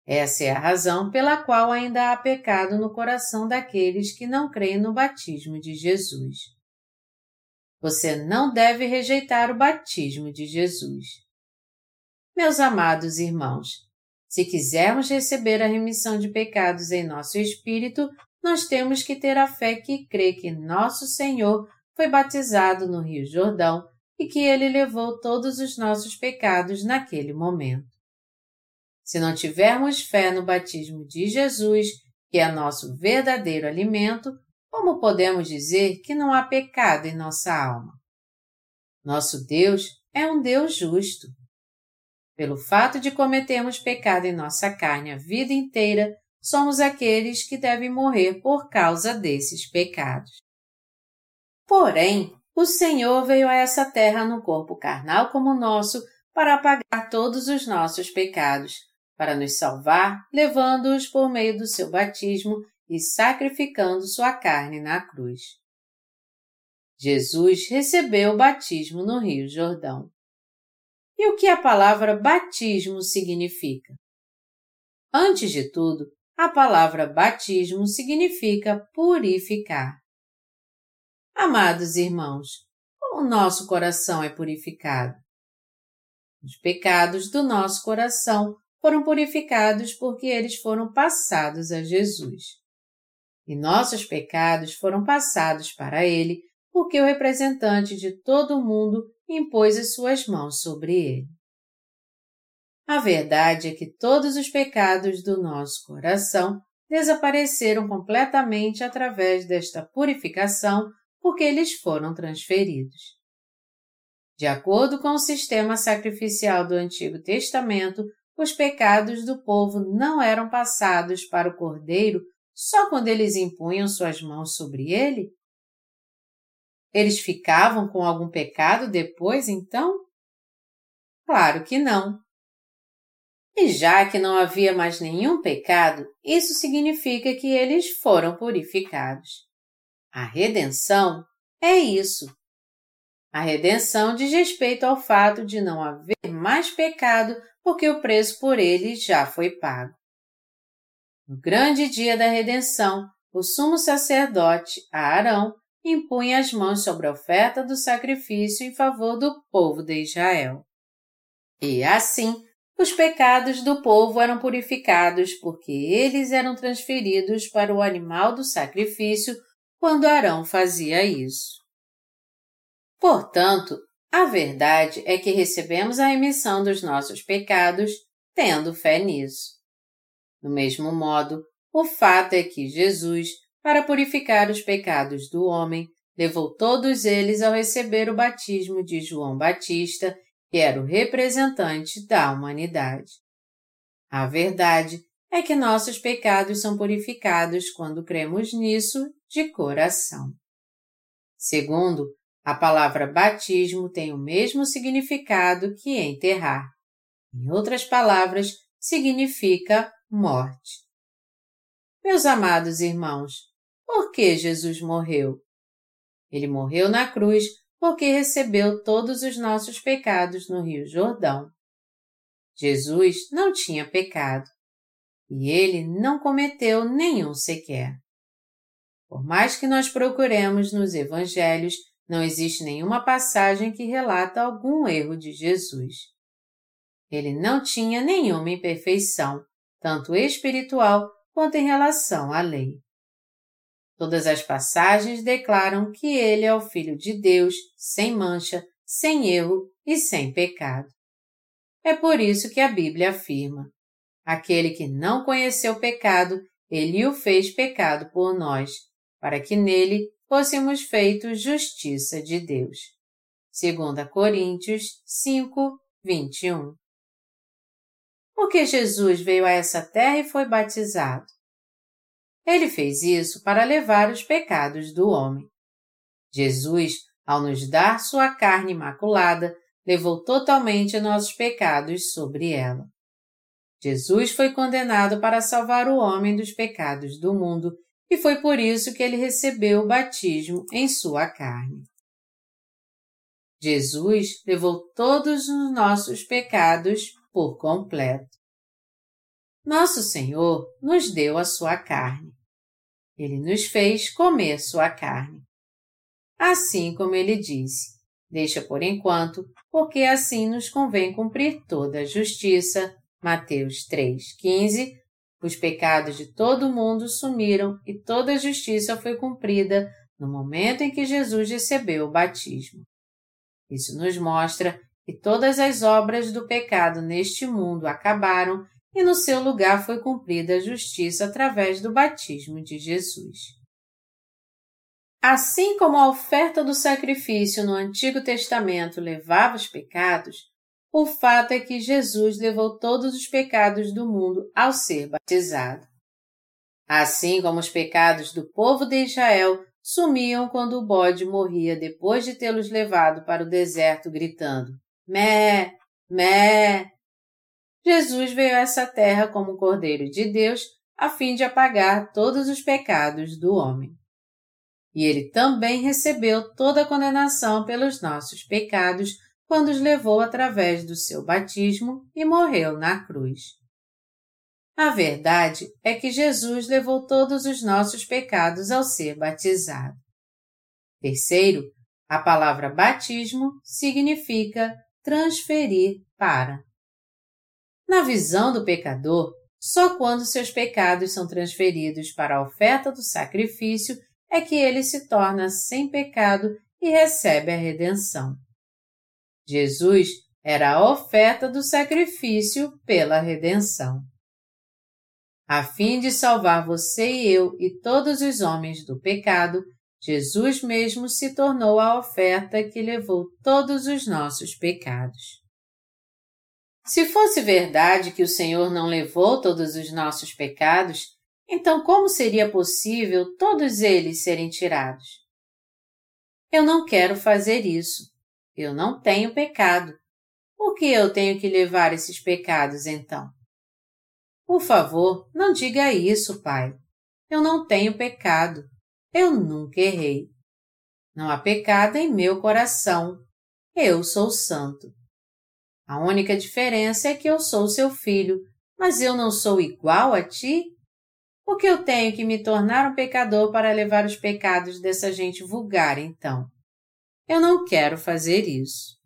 Essa é a razão pela qual ainda há pecado no coração daqueles que não creem no batismo de Jesus. Você não deve rejeitar o batismo de Jesus. Meus amados irmãos, se quisermos receber a remissão de pecados em nosso espírito, nós temos que ter a fé que crê que nosso Senhor foi batizado no Rio Jordão e que Ele levou todos os nossos pecados naquele momento. Se não tivermos fé no batismo de Jesus, que é nosso verdadeiro alimento, como podemos dizer que não há pecado em nossa alma? Nosso Deus é um Deus justo. Pelo fato de cometermos pecado em nossa carne a vida inteira, somos aqueles que devem morrer por causa desses pecados. Porém, o Senhor veio a essa terra no corpo carnal como o nosso para apagar todos os nossos pecados, para nos salvar, levando-os por meio do seu batismo e sacrificando sua carne na cruz. Jesus recebeu o batismo no Rio Jordão. E o que a palavra batismo significa? Antes de tudo, a palavra batismo significa purificar. Amados irmãos, como o nosso coração é purificado? Os pecados do nosso coração foram purificados porque eles foram passados a Jesus. E nossos pecados foram passados para Ele porque o representante de todo o mundo impôs as suas mãos sobre ele. A verdade é que todos os pecados do nosso coração desapareceram completamente através desta purificação porque eles foram transferidos. De acordo com o sistema sacrificial do Antigo Testamento, os pecados do povo não eram passados para o Cordeiro só quando eles impunham suas mãos sobre ele? Eles ficavam com algum pecado depois, então? Claro que não. E já que não havia mais nenhum pecado, isso significa que eles foram purificados. A redenção é isso. A redenção diz respeito ao fato de não haver mais pecado porque o preço por ele já foi pago. No grande dia da redenção, o sumo sacerdote, Arão, impunha as mãos sobre a oferta do sacrifício em favor do povo de Israel. E assim, os pecados do povo eram purificados porque eles eram transferidos para o animal do sacrifício quando Arão fazia isso. Portanto, a verdade é que recebemos a remissão dos nossos pecados tendo fé nisso. Do mesmo modo, o fato é que Jesus, para purificar os pecados do homem, levou todos eles ao receber o batismo de João Batista, que era o representante da humanidade. A verdade é que nossos pecados são purificados quando cremos nisso de coração. Segundo, a palavra batismo tem o mesmo significado que enterrar. Em outras palavras, significa morte. Meus amados irmãos, por que Jesus morreu? Ele morreu na cruz porque recebeu todos os nossos pecados no Rio Jordão. Jesus não tinha pecado e ele não cometeu nenhum sequer. Por mais que nós procuremos nos evangelhos, não existe nenhuma passagem que relata algum erro de Jesus. Ele não tinha nenhuma imperfeição, tanto espiritual quanto em relação à lei. Todas as passagens declaram que ele é o Filho de Deus, sem mancha, sem erro e sem pecado. É por isso que a Bíblia afirma: aquele que não conheceu pecado, ele o fez pecado por nós, para que nele fôssemos feitos justiça de Deus. 2 Coríntios 5, 21. Porque Jesus veio a essa terra e foi batizado? Ele fez isso para levar os pecados do homem. Jesus, ao nos dar sua carne imaculada, levou totalmente nossos pecados sobre ela. Jesus foi condenado para salvar o homem dos pecados do mundo e foi por isso que ele recebeu o batismo em sua carne. Jesus levou todos os nossos pecados por completo. Nosso Senhor nos deu a sua carne. Ele nos fez comer sua carne. Assim como ele disse, deixa por enquanto, porque assim nos convém cumprir toda a justiça. Mateus 3,15. Os pecados de todo o mundo sumiram e toda a justiça foi cumprida no momento em que Jesus recebeu o batismo. Isso nos mostra que todas as obras do pecado neste mundo acabaram e no seu lugar foi cumprida a justiça através do batismo de Jesus. Assim como a oferta do sacrifício no Antigo Testamento levava os pecados, o fato é que Jesus levou todos os pecados do mundo ao ser batizado. Assim como os pecados do povo de Israel sumiam quando o bode morria depois de tê-los levado para o deserto gritando, Mé, Mé. Jesus veio a essa terra como Cordeiro de Deus a fim de apagar todos os pecados do homem. E ele também recebeu toda a condenação pelos nossos pecados quando os levou através do seu batismo e morreu na cruz. A verdade é que Jesus levou todos os nossos pecados ao ser batizado. Terceiro, a palavra batismo significa transferir para. Na visão do pecador, só quando seus pecados são transferidos para a oferta do sacrifício é que ele se torna sem pecado e recebe a redenção. Jesus era a oferta do sacrifício pela redenção. A fim de salvar você e eu e todos os homens do pecado, Jesus mesmo se tornou a oferta que levou todos os nossos pecados. Se fosse verdade que o Senhor não levou todos os nossos pecados, então como seria possível todos eles serem tirados? Eu não quero fazer isso. Eu não tenho pecado. Por que eu tenho que levar esses pecados, então? Por favor, não diga isso, Pai. Eu não tenho pecado. Eu nunca errei. Não há pecado em meu coração. Eu sou santo. A única diferença é que eu sou seu filho, mas eu não sou igual a ti? Por que eu tenho que me tornar um pecador para levar os pecados dessa gente vulgar, então? Eu não quero fazer isso.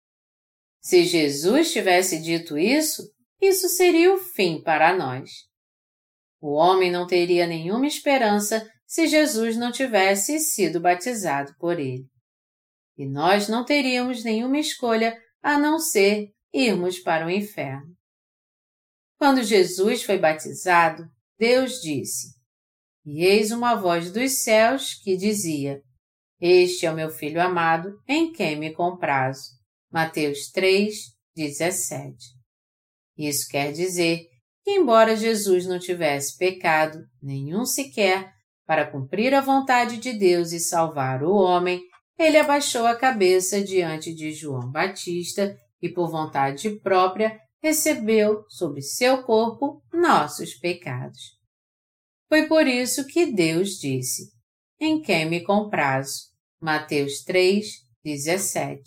Se Jesus tivesse dito isso, isso seria o fim para nós. O homem não teria nenhuma esperança se Jesus não tivesse sido batizado por ele. E nós não teríamos nenhuma escolha a não ser irmos para o inferno. Quando Jesus foi batizado, Deus disse, e eis uma voz dos céus que dizia, Este é o meu Filho amado, em quem me comprazo. Mateus 3:17. Isso quer dizer que, embora Jesus não tivesse pecado, nenhum sequer, para cumprir a vontade de Deus e salvar o homem, ele abaixou a cabeça diante de João Batista e, por vontade própria, recebeu sobre seu corpo nossos pecados. Foi por isso que Deus disse, em quem me comprazo. Mateus 3:17.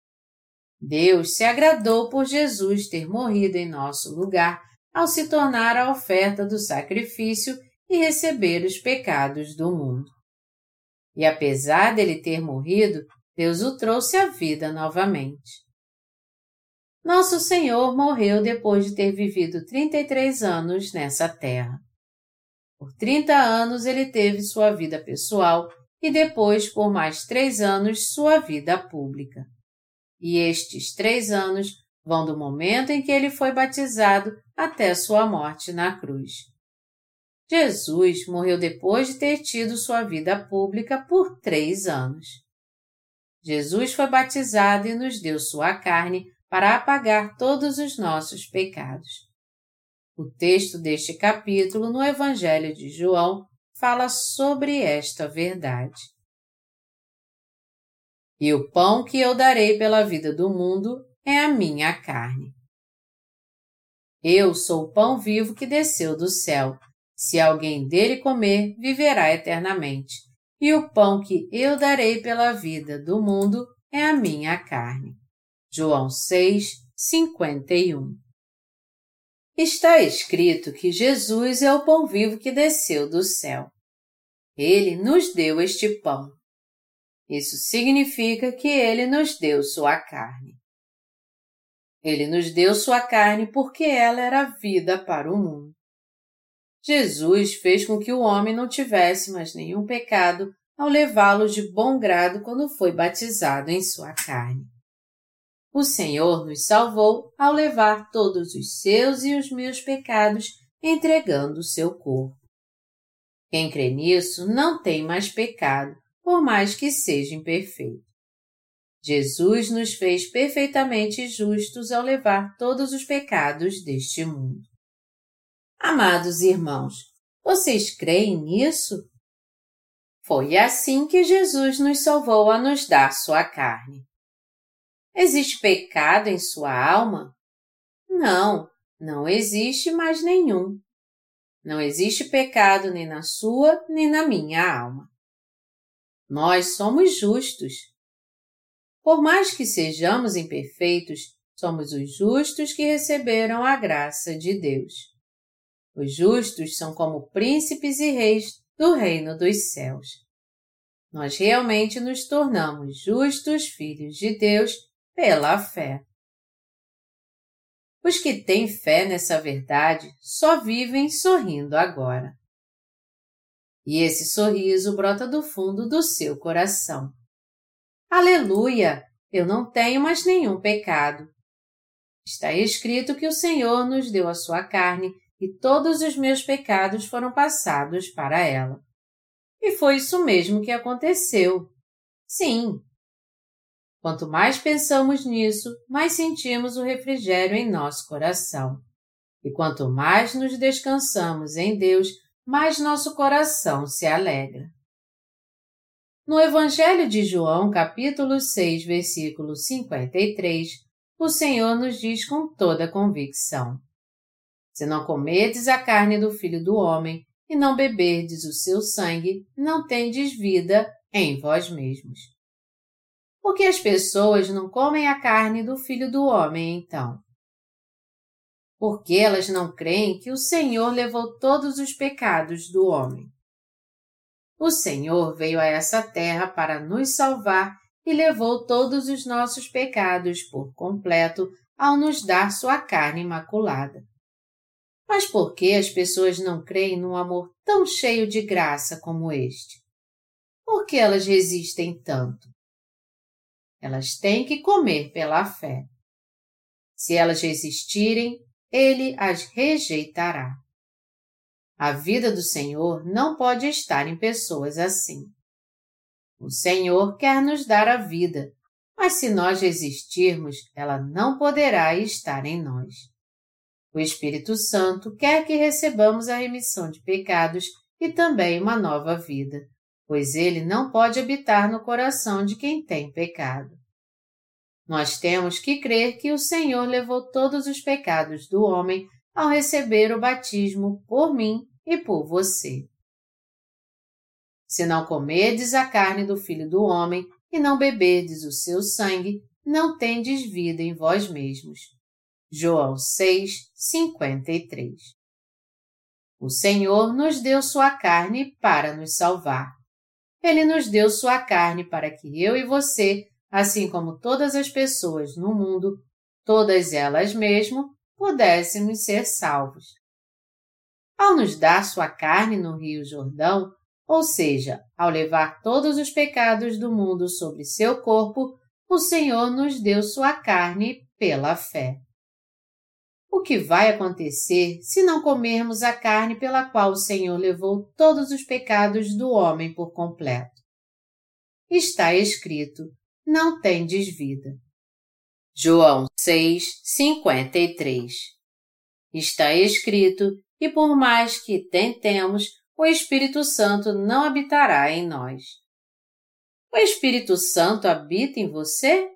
Deus se agradou por Jesus ter morrido em nosso lugar ao se tornar a oferta do sacrifício e receber os pecados do mundo. E apesar dele ter morrido, Deus o trouxe à vida novamente. Nosso Senhor morreu depois de ter vivido 33 anos nessa terra. Por 30 anos ele teve sua vida pessoal e depois, por mais 3 anos, sua vida pública. E estes 3 anos vão do momento em que ele foi batizado até sua morte na cruz. Jesus morreu depois de ter tido sua vida pública por 3 anos. Jesus foi batizado e nos deu sua carne para apagar todos os nossos pecados. O texto deste capítulo no Evangelho de João fala sobre esta verdade. E o pão que eu darei pela vida do mundo é a minha carne. Eu sou o pão vivo que desceu do céu. Se alguém dele comer, viverá eternamente. E o pão que eu darei pela vida do mundo é a minha carne. João 6:51. Está escrito que Jesus é o pão vivo que desceu do céu. Ele nos deu este pão. Isso significa que Ele nos deu sua carne. Ele nos deu sua carne porque ela era vida para o mundo. Jesus fez com que o homem não tivesse mais nenhum pecado ao levá-lo de bom grado quando foi batizado em sua carne. O Senhor nos salvou ao levar todos os seus e os meus pecados, entregando o seu corpo. Quem crê nisso não tem mais pecado, por mais que seja imperfeito. Jesus nos fez perfeitamente justos ao levar todos os pecados deste mundo. Amados irmãos, vocês creem nisso? Foi assim que Jesus nos salvou a nos dar sua carne. Existe pecado em sua alma? Não, não existe mais nenhum. Não existe pecado nem na sua, nem na minha alma. Nós somos justos. Por mais que sejamos imperfeitos, somos os justos que receberam a graça de Deus. Os justos são como príncipes e reis do reino dos céus. Nós realmente nos tornamos justos filhos de Deus pela fé. Os que têm fé nessa verdade só vivem sorrindo agora. E esse sorriso brota do fundo do seu coração. Aleluia! Eu não tenho mais nenhum pecado. Está escrito que o Senhor nos deu a sua carne e todos os meus pecados foram passados para ela. E foi isso mesmo que aconteceu. Sim. Quanto mais pensamos nisso, mais sentimos o refrigério em nosso coração. E quanto mais nos descansamos em Deus, mais nosso coração se alegra. No Evangelho de João, capítulo 6, versículo 53, o Senhor nos diz com toda convicção: Se não comerdes a carne do Filho do Homem e não beberdes o seu sangue, não tendes vida em vós mesmos. Por que as pessoas não comem a carne do Filho do Homem, então? Porque elas não creem que o Senhor levou todos os pecados do homem. O Senhor veio a essa terra para nos salvar e levou todos os nossos pecados por completo ao nos dar sua carne imaculada. Mas por que as pessoas não creem num amor tão cheio de graça como este? Por que elas resistem tanto? Elas têm que comer pela fé. Se elas resistirem, Ele as rejeitará. A vida do Senhor não pode estar em pessoas assim. O Senhor quer nos dar a vida, mas se nós resistirmos, ela não poderá estar em nós. O Espírito Santo quer que recebamos a remissão de pecados e também uma nova vida, pois ele não pode habitar no coração de quem tem pecado. Nós temos que crer que o Senhor levou todos os pecados do homem ao receber o batismo por mim e por você. Se não comerdes a carne do Filho do Homem e não beberdes o seu sangue, não tendes vida em vós mesmos. João 6, 53. O Senhor nos deu sua carne para nos salvar. Ele nos deu sua carne para que eu e você, assim como todas as pessoas no mundo, todas elas mesmo, pudéssemos ser salvos. Ao nos dar sua carne no Rio Jordão, ou seja, ao levar todos os pecados do mundo sobre seu corpo, o Senhor nos deu sua carne pela fé. O que vai acontecer se não comermos a carne pela qual o Senhor levou todos os pecados do homem por completo? Está escrito: não tendes vida. João 6, 53. Está escrito: e por mais que tentemos, o Espírito Santo não habitará em nós. O Espírito Santo habita em você?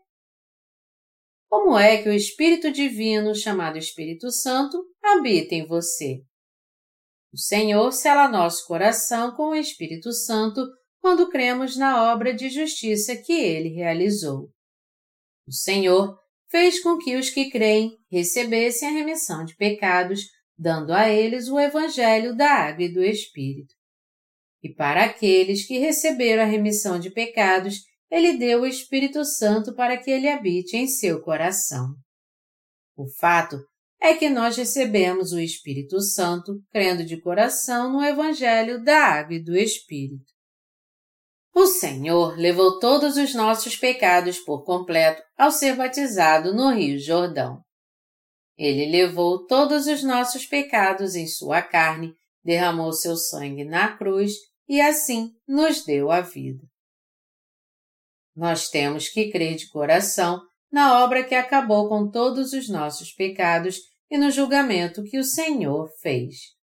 Como é que o Espírito Divino, chamado Espírito Santo, habita em você? O Senhor sela nosso coração com o Espírito Santo quando cremos na obra de justiça que Ele realizou. O Senhor fez com que os que creem recebessem a remissão de pecados, dando a eles o Evangelho da Água e do Espírito. E para aqueles que receberam a remissão de pecados, Ele deu o Espírito Santo para que ele habite em seu coração. O fato é que nós recebemos o Espírito Santo crendo de coração no Evangelho da Água e do Espírito. O Senhor levou todos os nossos pecados por completo ao ser batizado no Rio Jordão. Ele levou todos os nossos pecados em sua carne, derramou seu sangue na cruz e assim nos deu a vida. Nós temos que crer de coração na obra que acabou com todos os nossos pecados e no julgamento que o Senhor fez.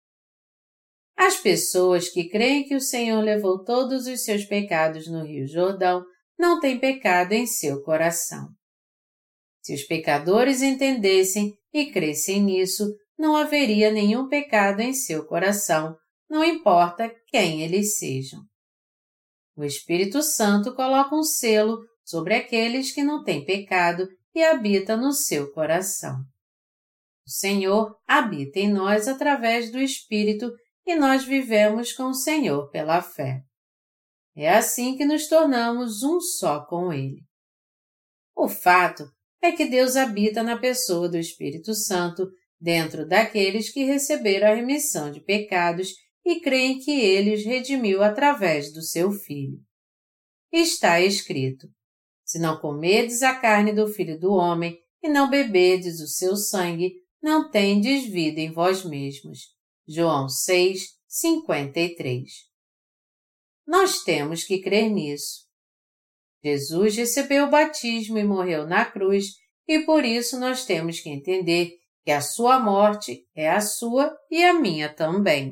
As pessoas que creem que o Senhor levou todos os seus pecados no Rio Jordão não têm pecado em seu coração. Se os pecadores entendessem e crescem nisso, não haveria nenhum pecado em seu coração, não importa quem eles sejam. O Espírito Santo coloca um selo sobre aqueles que não têm pecado e habita no seu coração. O Senhor habita em nós através do Espírito e nós vivemos com o Senhor pela fé. É assim que nos tornamos um só com Ele. O fato é que Deus habita na pessoa do Espírito Santo dentro daqueles que receberam a remissão de pecados e creem que Ele os redimiu através do seu Filho. Está escrito: se não comerdes a carne do Filho do Homem e não beberdes o seu sangue, não tendes vida em vós mesmos. João 6, 53. Nós temos que crer nisso. Jesus recebeu o batismo e morreu na cruz, e por isso nós temos que entender que a sua morte é a sua e a minha também.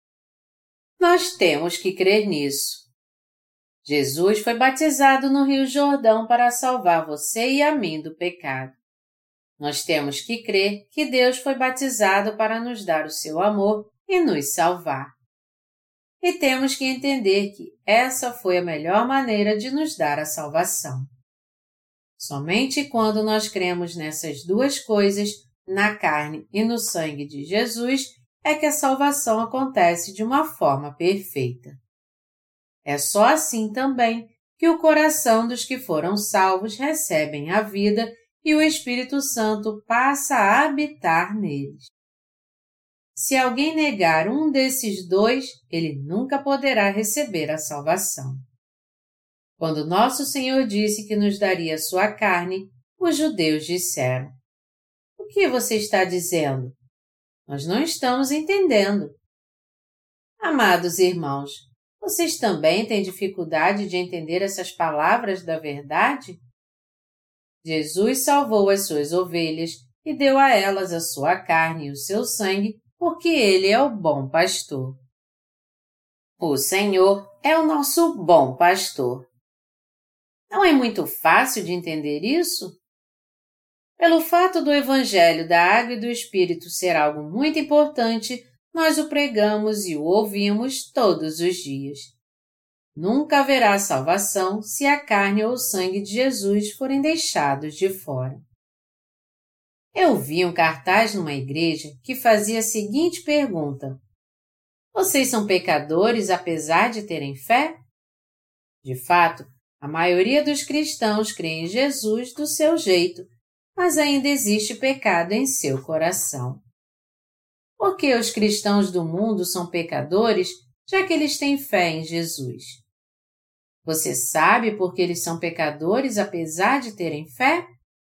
Nós temos que crer nisso. Jesus foi batizado no Rio Jordão para salvar você e a mim do pecado. Nós temos que crer que Deus foi batizado para nos dar o seu amor e nos salvar. E temos que entender que essa foi a melhor maneira de nos dar a salvação. Somente quando nós cremos nessas duas coisas, na carne e no sangue de Jesus, é que a salvação acontece de uma forma perfeita. É só assim também que o coração dos que foram salvos recebem a vida e o Espírito Santo passa a habitar neles. Se alguém negar um desses dois, ele nunca poderá receber a salvação. Quando nosso Senhor disse que nos daria sua carne, os judeus disseram: "O que você está dizendo? Nós não estamos entendendo." Amados irmãos, vocês também têm dificuldade de entender essas palavras da verdade? Jesus salvou as suas ovelhas e deu a elas a sua carne e o seu sangue, porque Ele é o bom pastor. O Senhor é o nosso bom pastor. Não é muito fácil de entender isso? Pelo fato do Evangelho da Água e do Espírito ser algo muito importante, nós o pregamos e o ouvimos todos os dias. Nunca haverá salvação se a carne ou o sangue de Jesus forem deixados de fora. Eu vi um cartaz numa igreja que fazia a seguinte pergunta: "Vocês são pecadores apesar de terem fé?" De fato, a maioria dos cristãos crê em Jesus do seu jeito, mas ainda existe pecado em seu coração. Por que os cristãos do mundo são pecadores, já que eles têm fé em Jesus? Você sabe por que eles são pecadores apesar de terem fé?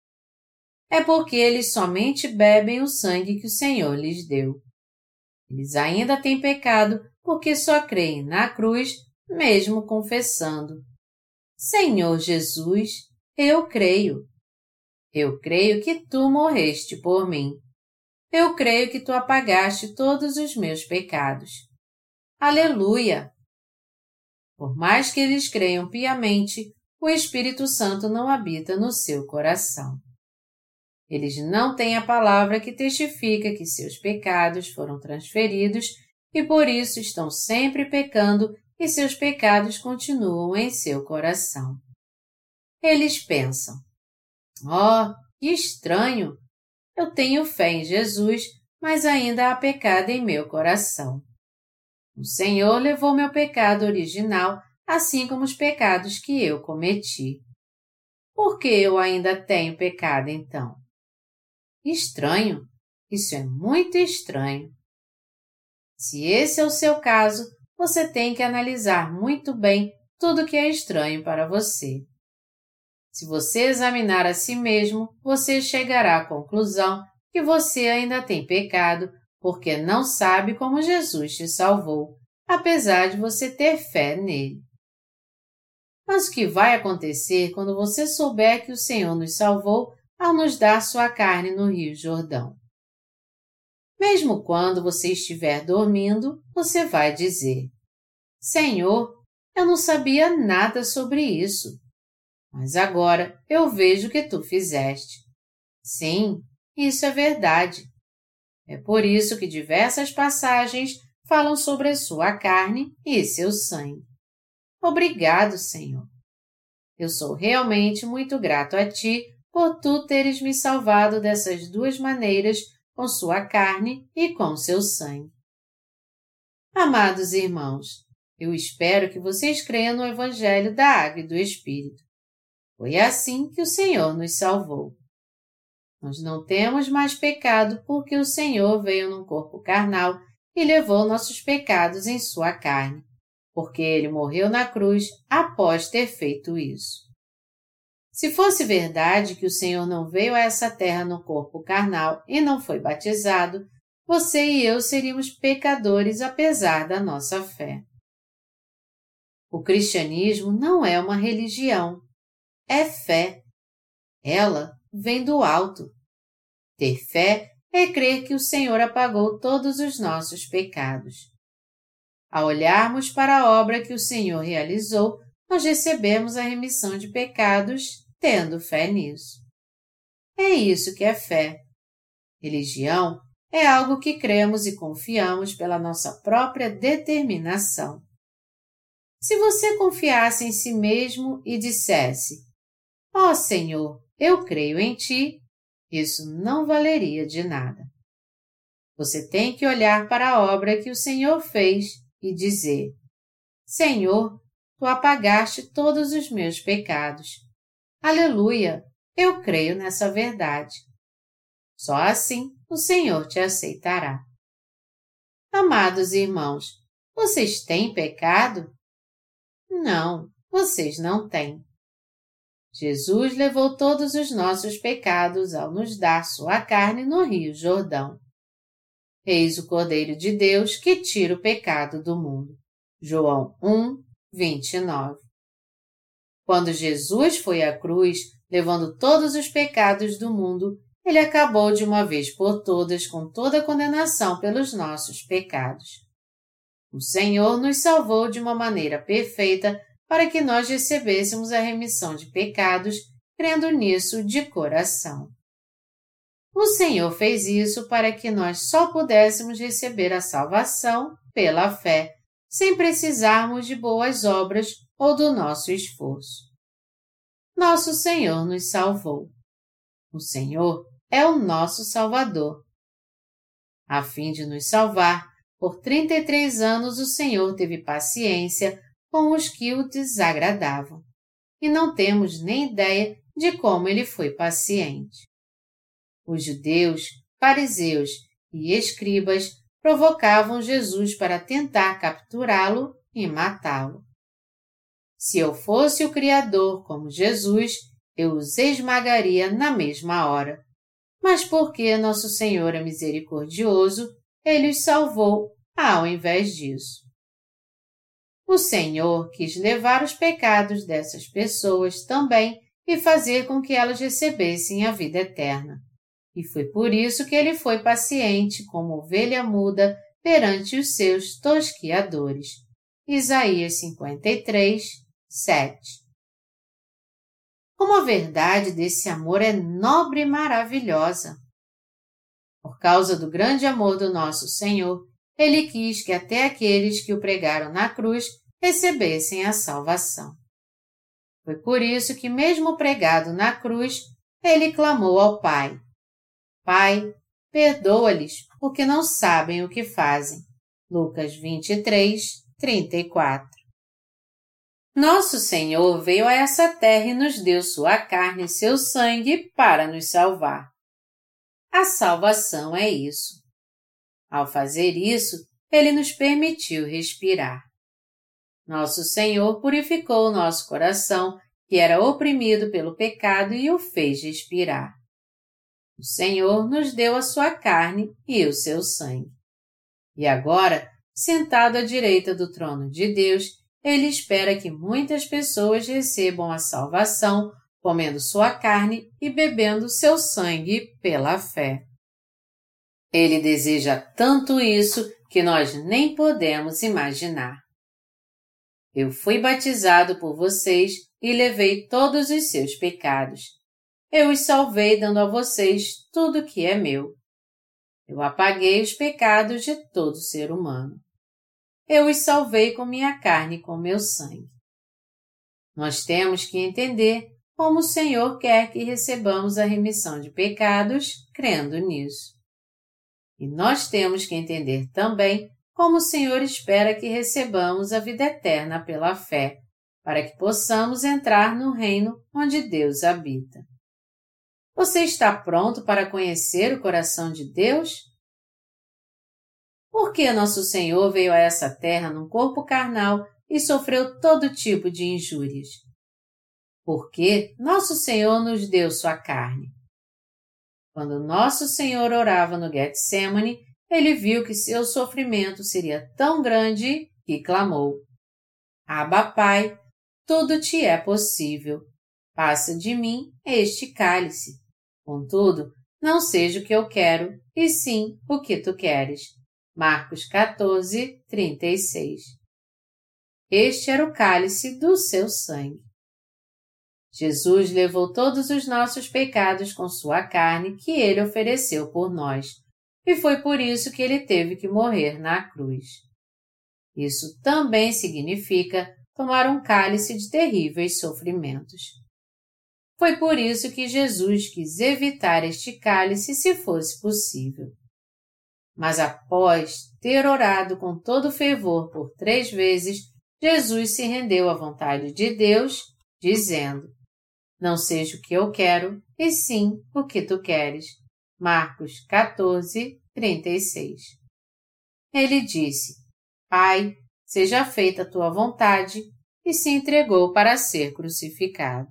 É porque eles somente bebem o sangue que o Senhor lhes deu. Eles ainda têm pecado porque só creem na cruz, mesmo confessando: "Senhor Jesus, eu creio. Eu creio que tu morreste por mim. Eu creio que tu apagaste todos os meus pecados. Aleluia!" Por mais que eles creiam piamente, o Espírito Santo não habita no seu coração. Eles não têm a palavra que testifica que seus pecados foram transferidos e por isso estão sempre pecando e seus pecados continuam em seu coração. Eles pensam: "Oh, Que estranho! Eu tenho fé em Jesus, mas ainda há pecado em meu coração. O Senhor levou meu pecado original, assim como os pecados que eu cometi. Por que eu ainda tenho pecado, então? Estranho? Isso é muito estranho. Se esse é o seu caso, você tem que analisar muito bem tudo que é estranho para você. Se você examinar a si mesmo, você chegará à conclusão que você ainda tem pecado porque não sabe como Jesus te salvou, apesar de você ter fé nele. Mas o que vai acontecer quando você souber que o Senhor nos salvou ao nos dar sua carne no Rio Jordão? Mesmo quando você estiver dormindo, você vai dizer: Senhor, eu não sabia nada sobre isso. Mas agora eu vejo que tu fizeste. Sim, isso é verdade. É por isso que diversas passagens falam sobre a sua carne e seu sangue. Obrigado, Senhor. Eu sou realmente muito grato a Ti por Tu teres me salvado dessas duas maneiras, com sua carne e com seu sangue. Amados irmãos, eu espero que vocês creiam no Evangelho da Água e do Espírito. Foi assim que o Senhor nos salvou. Nós não temos mais pecado porque o Senhor veio num corpo carnal e levou nossos pecados em sua carne, porque Ele morreu na cruz após ter feito isso. Se fosse verdade que o Senhor não veio a essa terra no corpo carnal e não foi batizado, você e eu seríamos pecadores apesar da nossa fé. O cristianismo não é uma religião. É fé. Ela vem do alto. Ter fé é crer que o Senhor apagou todos os nossos pecados. Ao olharmos para a obra que o Senhor realizou, nós recebemos a remissão de pecados, tendo fé nisso. É isso que é fé. Religião é algo que cremos e confiamos pela nossa própria determinação. Se você confiasse em si mesmo e dissesse: Ó Senhor, eu creio em Ti, isso não valeria de nada. Você tem que olhar para a obra que o Senhor fez e dizer: Senhor, Tu apagaste todos os meus pecados. Aleluia! Eu creio nessa verdade. Só assim o Senhor te aceitará. Amados irmãos, vocês têm pecado? Não, vocês não têm. Jesus levou todos os nossos pecados ao nos dar sua carne no Rio Jordão. Eis o Cordeiro de Deus que tira o pecado do mundo. João 1, 29. Quando Jesus foi à cruz, levando todos os pecados do mundo, Ele acabou de uma vez por todas com toda a condenação pelos nossos pecados. O Senhor nos salvou de uma maneira perfeita para que nós recebêssemos a remissão de pecados, crendo nisso de coração. O Senhor fez isso para que nós só pudéssemos receber a salvação pela fé, sem precisarmos de boas obras ou do nosso esforço. Nosso Senhor nos salvou. O Senhor é o nosso Salvador. A fim de nos salvar, por 33 anos o Senhor teve paciência com os que o desagradavam, e não temos nem ideia de como ele foi paciente. Os judeus, fariseus e escribas provocavam Jesus para tentar capturá-lo e matá-lo. Se eu fosse o Criador como Jesus, eu os esmagaria na mesma hora. Mas porque nosso Senhor é misericordioso, Ele os salvou ao invés disso. O Senhor quis levar os pecados dessas pessoas também e fazer com que elas recebessem a vida eterna. E foi por isso que Ele foi paciente como ovelha muda perante os seus tosquiadores. Isaías 53, 7. Como a verdade desse amor é nobre e maravilhosa. Por causa do grande amor do nosso Senhor, Ele quis que até aqueles que o pregaram na cruz recebessem a salvação. Foi por isso que, mesmo pregado na cruz, ele clamou ao Pai: Pai, perdoa-lhes, porque não sabem o que fazem. Lucas 23, 34. Nosso Senhor veio a essa terra e nos deu sua carne e seu sangue para nos salvar. A salvação é isso. Ao fazer isso, Ele nos permitiu respirar. Nosso Senhor purificou o nosso coração, que era oprimido pelo pecado, e o fez respirar. O Senhor nos deu a sua carne e o seu sangue. E agora, sentado à direita do trono de Deus, Ele espera que muitas pessoas recebam a salvação, comendo sua carne e bebendo seu sangue pela fé. Ele deseja tanto isso que nós nem podemos imaginar. Eu fui batizado por vocês e levei todos os seus pecados. Eu os salvei dando a vocês tudo que é meu. Eu apaguei os pecados de todo ser humano. Eu os salvei com minha carne e com meu sangue. Nós temos que entender como o Senhor quer que recebamos a remissão de pecados, crendo nisso. E nós temos que entender também como o Senhor espera que recebamos a vida eterna pela fé, para que possamos entrar no reino onde Deus habita. Você está pronto para conhecer o coração de Deus? Por que nosso Senhor veio a essa terra num corpo carnal e sofreu todo tipo de injúrias? Por que nosso Senhor nos deu sua carne? Quando nosso Senhor orava no Getsemane, ele viu que seu sofrimento seria tão grande que clamou: Abba, Pai, tudo te é possível. Passa de mim este cálice. Contudo, não seja o que eu quero, e sim o que tu queres. Marcos 14, 36. Este era o cálice do seu sangue. Jesus levou todos os nossos pecados com sua carne que ele ofereceu por nós, e foi por isso que ele teve que morrer na cruz. Isso também significa tomar um cálice de terríveis sofrimentos. Foi por isso que Jesus quis evitar este cálice se fosse possível. Mas após ter orado com todo fervor por 3 vezes, Jesus se rendeu à vontade de Deus, dizendo: Não seja o que eu quero, e sim o que tu queres. Marcos 14, 36. Ele disse: Pai, seja feita a tua vontade, e se entregou para ser crucificado.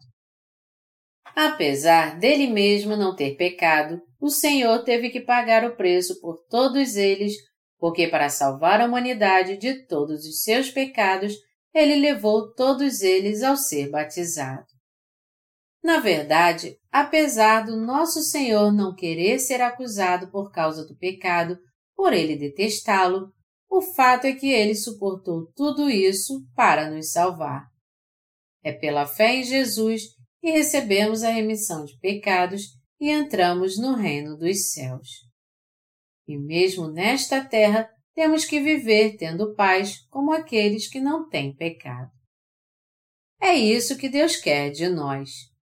Apesar dele mesmo não ter pecado, o Senhor teve que pagar o preço por todos eles, porque para salvar a humanidade de todos os seus pecados, ele levou todos eles ao ser batizado. Na verdade, apesar do nosso Senhor não querer ser acusado por causa do pecado, por ele detestá-lo, o fato é que ele suportou tudo isso para nos salvar. É pela fé em Jesus que recebemos a remissão de pecados e entramos no reino dos céus. E mesmo nesta terra, temos que viver tendo paz como aqueles que não têm pecado. É isso que Deus quer de nós.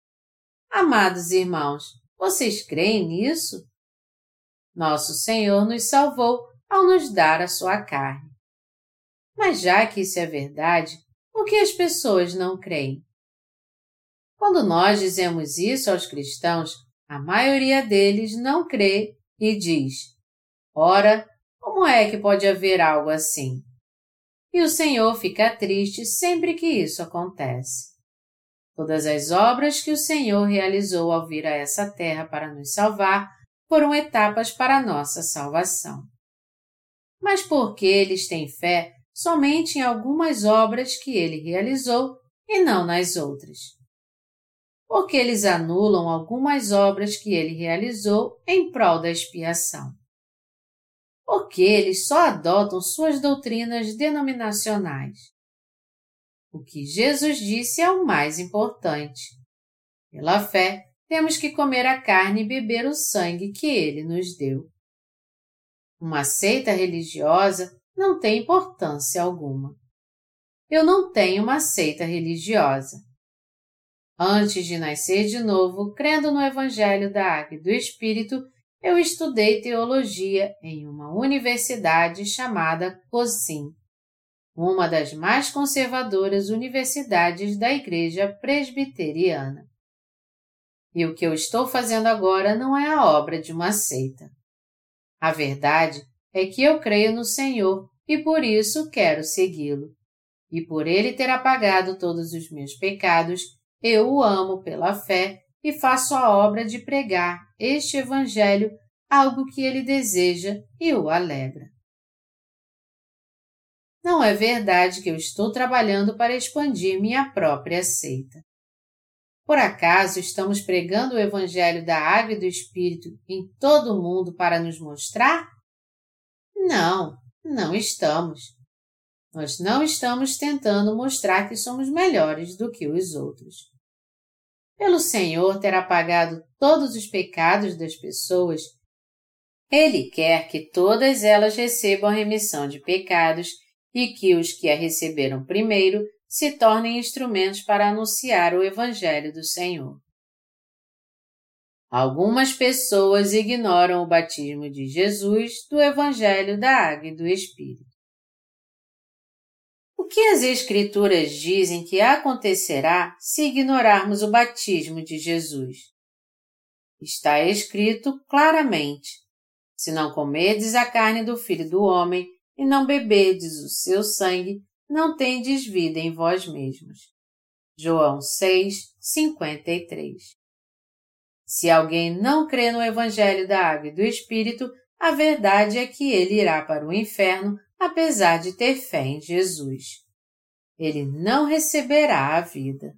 Amados irmãos, vocês creem nisso? Nosso Senhor nos salvou ao nos dar a sua carne. Mas já que isso é verdade, por que as pessoas não creem? Quando nós dizemos isso aos cristãos, a maioria deles não crê e diz: Ora, como é que pode haver algo assim? E o Senhor fica triste sempre que isso acontece. Todas as obras que o Senhor realizou ao vir a essa terra para nos salvar foram etapas para a nossa salvação. Mas por que eles têm fé somente em algumas obras que ele realizou e não nas outras? Porque eles anulam algumas obras que ele realizou em prol da expiação. Porque eles só adotam suas doutrinas denominacionais. O que Jesus disse é o mais importante. Pela fé, temos que comer a carne e beber o sangue que ele nos deu. Uma seita religiosa não tem importância alguma. Eu não tenho uma seita religiosa. Antes de nascer de novo, crendo no Evangelho da Água e do Espírito, eu estudei teologia em uma universidade chamada COSIM, uma das mais conservadoras universidades da Igreja Presbiteriana. E o que eu estou fazendo agora não é a obra de uma seita. A verdade é que eu creio no Senhor e por isso quero segui-lo. E por Ele ter apagado todos os meus pecados, eu o amo pela fé e faço a obra de pregar este Evangelho, algo que Ele deseja e o alegra. Não é verdade que eu estou trabalhando para expandir minha própria seita. Por acaso estamos pregando o Evangelho da Água e do Espírito em todo o mundo para nos mostrar? Não, não estamos. Nós não estamos tentando mostrar que somos melhores do que os outros. Pelo Senhor ter apagado todos os pecados das pessoas, Ele quer que todas elas recebam a remissão de pecados e que os que a receberam primeiro se tornem instrumentos para anunciar o Evangelho do Senhor. Algumas pessoas ignoram o batismo de Jesus do Evangelho da Água e do Espírito. O que as Escrituras dizem que acontecerá se ignorarmos o batismo de Jesus? Está escrito claramente: se não comerdes a carne do Filho do Homem e não beberdes o seu sangue, não tendes vida em vós mesmos. João 6:53. Se alguém não crê no Evangelho da Água e do Espírito, a verdade é que ele irá para o inferno, apesar de ter fé em Jesus. Ele não receberá a vida.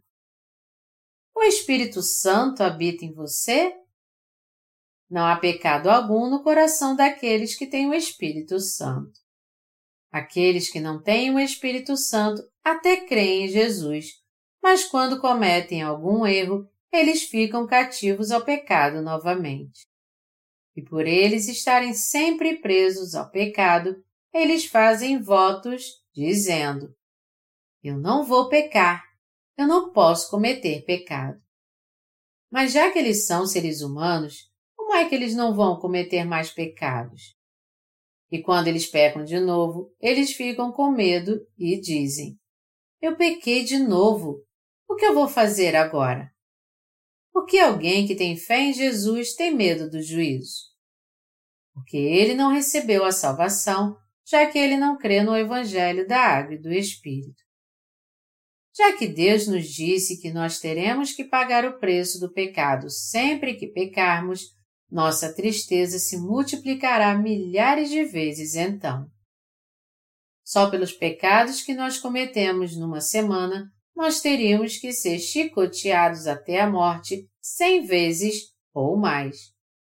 O Espírito Santo habita em você? Não há pecado algum no coração daqueles que têm o Espírito Santo. Aqueles que não têm o Espírito Santo até creem em Jesus, mas quando cometem algum erro, eles ficam cativos ao pecado novamente. E por eles estarem sempre presos ao pecado, eles fazem votos dizendo: eu não vou pecar, eu não posso cometer pecado. Mas já que eles são seres humanos, como é que eles não vão cometer mais pecados? E quando eles pecam de novo, eles ficam com medo e dizem: eu pequei de novo, o que eu vou fazer agora? Por que alguém que tem fé em Jesus tem medo do juízo? Porque ele não recebeu a salvação, já que ele não crê no Evangelho da Água e do Espírito. Já que Deus nos disse que nós teremos que pagar o preço do pecado sempre que pecarmos, nossa tristeza se multiplicará milhares de vezes então. Só pelos pecados que nós cometemos numa semana, nós teríamos que ser chicoteados até a morte 100 vezes ou mais.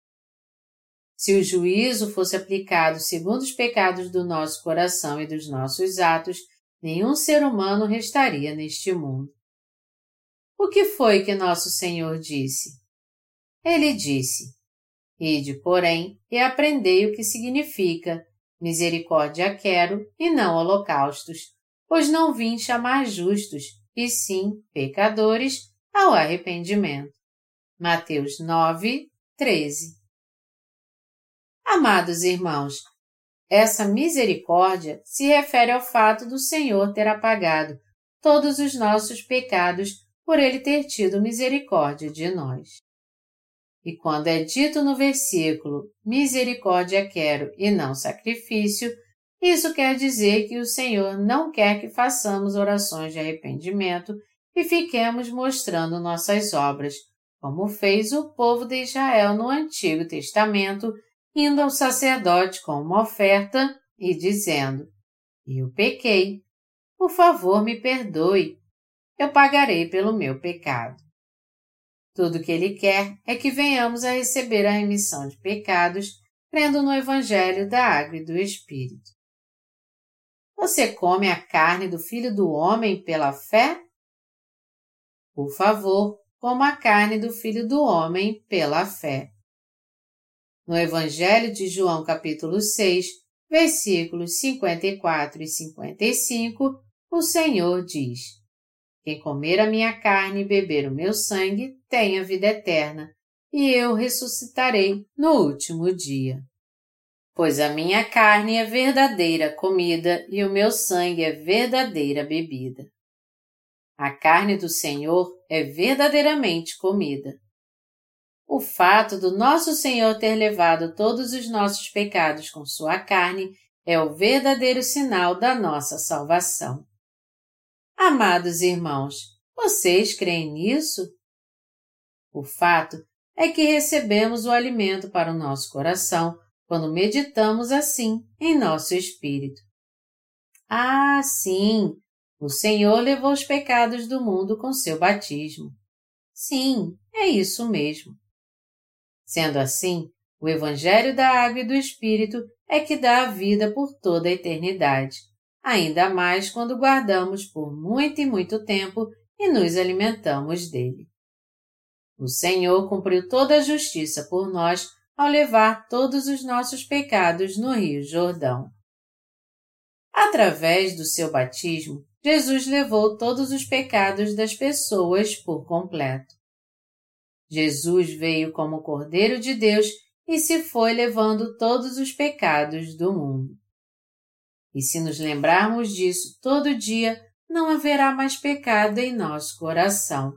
Se o juízo fosse aplicado segundo os pecados do nosso coração e dos nossos atos, nenhum ser humano restaria neste mundo. O que foi que nosso Senhor disse? Ele disse: ide, porém, e aprendei o que significa: misericórdia quero e não holocaustos, pois não vim chamar justos, e sim pecadores ao arrependimento. Mateus 9:13. Amados irmãos, essa misericórdia se refere ao fato do Senhor ter apagado todos os nossos pecados por Ele ter tido misericórdia de nós. E quando é dito no versículo, misericórdia quero e não sacrifício, isso quer dizer que o Senhor não quer que façamos orações de arrependimento e fiquemos mostrando nossas obras, como fez o povo de Israel no Antigo Testamento, indo ao sacerdote com uma oferta e dizendo: eu pequei, por favor me perdoe, eu pagarei pelo meu pecado. Tudo que Ele quer é que venhamos a receber a remissão de pecados, crendo no Evangelho da Água e do Espírito. Você come a carne do Filho do Homem pela fé? Por favor, coma a carne do Filho do Homem pela fé. No Evangelho de João capítulo 6, versículos 54 e 55, o Senhor diz: Quem comer a minha carne e beber o meu sangue tem a vida eterna, e eu ressuscitarei no último dia. Pois a minha carne é verdadeira comida e o meu sangue é verdadeira bebida. A carne do Senhor é verdadeiramente comida. O fato do nosso Senhor ter levado todos os nossos pecados com sua carne é o verdadeiro sinal da nossa salvação. Amados irmãos, vocês creem nisso? O fato é que recebemos o alimento para o nosso coração quando meditamos assim em nosso espírito. Ah, sim! O Senhor levou os pecados do mundo com seu batismo. Sim, é isso mesmo. Sendo assim, o Evangelho da Água e do Espírito é que dá a vida por toda a eternidade, ainda mais quando guardamos por muito e muito tempo e nos alimentamos dele. O Senhor cumpriu toda a justiça por nós ao levar todos os nossos pecados no Rio Jordão. Através do seu batismo, Jesus levou todos os pecados das pessoas por completo. Jesus veio como Cordeiro de Deus e se foi levando todos os pecados do mundo. E se nos lembrarmos disso todo dia, não haverá mais pecado em nosso coração.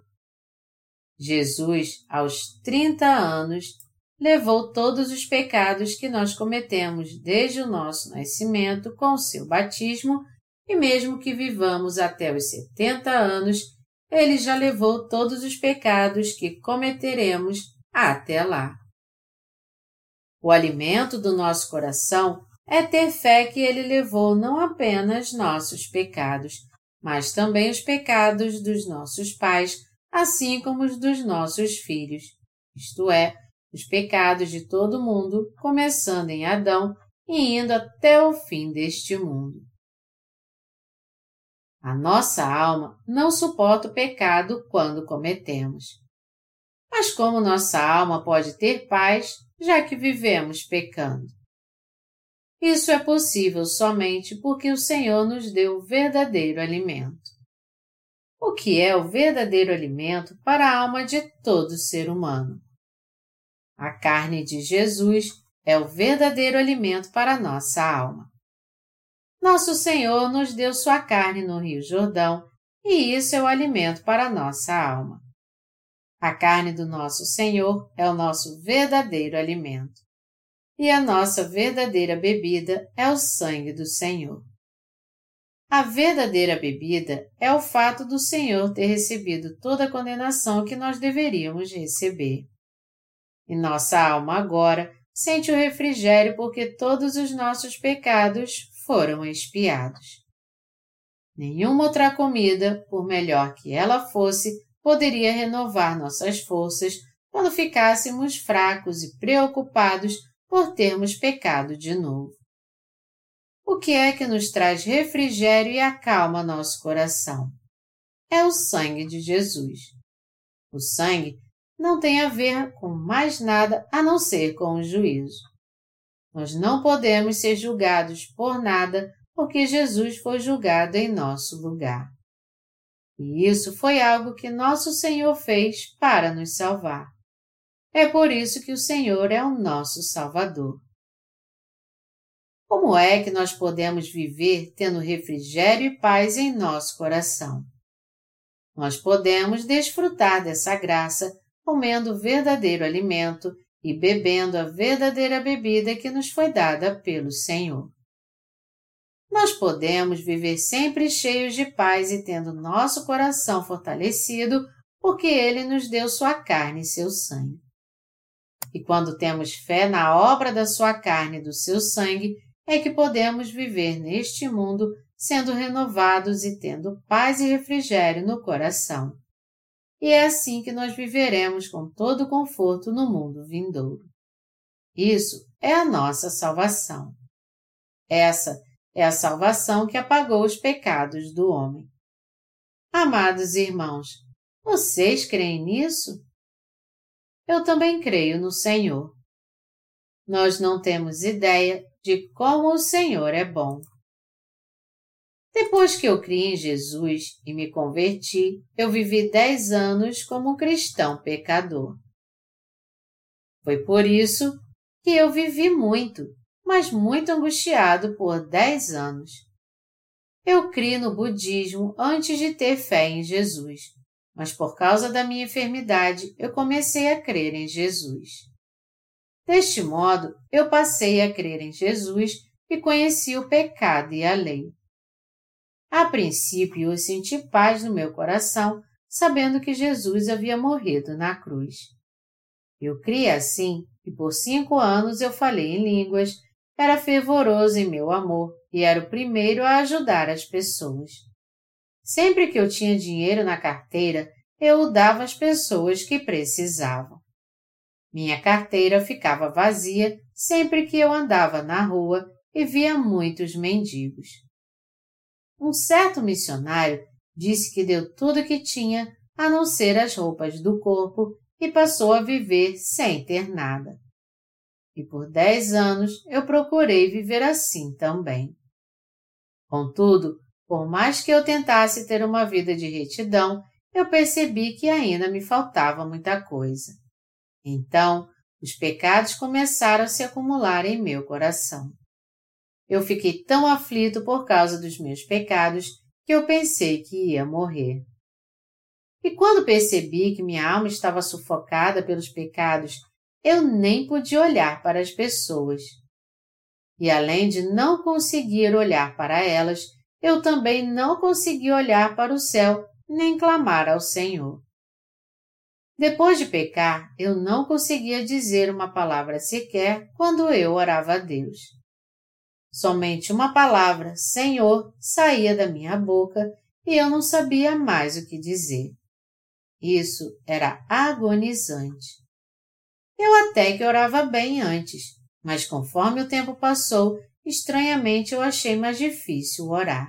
Jesus, aos 30 anos, levou todos os pecados que nós cometemos desde o nosso nascimento com o seu batismo, e mesmo que vivamos até os 70 anos, ele já levou todos os pecados que cometeremos até lá. O alimento do nosso coração é ter fé que ele levou não apenas nossos pecados, mas também os pecados dos nossos pais, assim como os dos nossos filhos, isto é, os pecados de todo mundo, começando em Adão e indo até o fim deste mundo. A nossa alma não suporta o pecado quando cometemos. Mas como nossa alma pode ter paz, já que vivemos pecando? Isso é possível somente porque o Senhor nos deu o verdadeiro alimento. O que é o verdadeiro alimento para a alma de todo ser humano? A carne de Jesus é o verdadeiro alimento para a nossa alma. Nosso Senhor nos deu sua carne no Rio Jordão, e isso é o alimento para a nossa alma. A carne do nosso Senhor é o nosso verdadeiro alimento. E a nossa verdadeira bebida é o sangue do Senhor. A verdadeira bebida é o fato do Senhor ter recebido toda a condenação que nós deveríamos receber. E nossa alma agora sente o refrigério porque todos os nossos pecados foram expiados. Nenhuma outra comida, por melhor que ela fosse, poderia renovar nossas forças quando ficássemos fracos e preocupados por termos pecado de novo. O que é que nos traz refrigério e acalma nosso coração? É o sangue de Jesus. O sangue não tem a ver com mais nada a não ser com o juízo. Nós não podemos ser julgados por nada porque Jesus foi julgado em nosso lugar. E isso foi algo que nosso Senhor fez para nos salvar. É por isso que o Senhor é o nosso Salvador. Como é que nós podemos viver tendo refrigério e paz em nosso coração? Nós podemos desfrutar dessa graça comendo o verdadeiro alimento e bebendo a verdadeira bebida que nos foi dada pelo Senhor. Nós podemos viver sempre cheios de paz e tendo nosso coração fortalecido porque Ele nos deu sua carne e seu sangue. E quando temos fé na obra da sua carne e do seu sangue, é que podemos viver neste mundo sendo renovados e tendo paz e refrigério no coração. E é assim que nós viveremos com todo conforto no mundo vindouro. Isso é a nossa salvação. Essa é a salvação que apagou os pecados do homem. Amados irmãos, vocês creem nisso? Eu também creio no Senhor. Nós não temos ideia de como o Senhor é bom. Depois que eu criei em Jesus e me converti, eu vivi 10 anos como um cristão pecador. Foi por isso que eu vivi muito, mas muito angustiado por 10 anos. Eu criei no budismo antes de ter fé em Jesus, mas por causa da minha enfermidade eu comecei a crer em Jesus. Deste modo, eu passei a crer em Jesus e conheci o pecado e a lei. A princípio, eu senti paz no meu coração, sabendo que Jesus havia morrido na cruz. Eu criei assim, e por 5 anos eu falei em línguas, era fervoroso em meu amor e era o primeiro a ajudar as pessoas. Sempre que eu tinha dinheiro na carteira, eu o dava às pessoas que precisavam. Minha carteira ficava vazia sempre que eu andava na rua e via muitos mendigos. Um certo missionário disse que deu tudo o que tinha, a não ser as roupas do corpo, e passou a viver sem ter nada. E por 10 anos eu procurei viver assim também. Contudo, por mais que eu tentasse ter uma vida de retidão, eu percebi que ainda me faltava muita coisa. Então, os pecados começaram a se acumular em meu coração. Eu fiquei tão aflito por causa dos meus pecados que eu pensei que ia morrer. E quando percebi que minha alma estava sufocada pelos pecados, eu nem podia olhar para as pessoas. E além de não conseguir olhar para elas, eu também não conseguia olhar para o céu nem clamar ao Senhor. Depois de pecar, eu não conseguia dizer uma palavra sequer quando eu orava a Deus. Somente uma palavra, Senhor, saía da minha boca e eu não sabia mais o que dizer. Isso era agonizante. Eu até que orava bem antes, mas conforme o tempo passou, estranhamente eu achei mais difícil orar.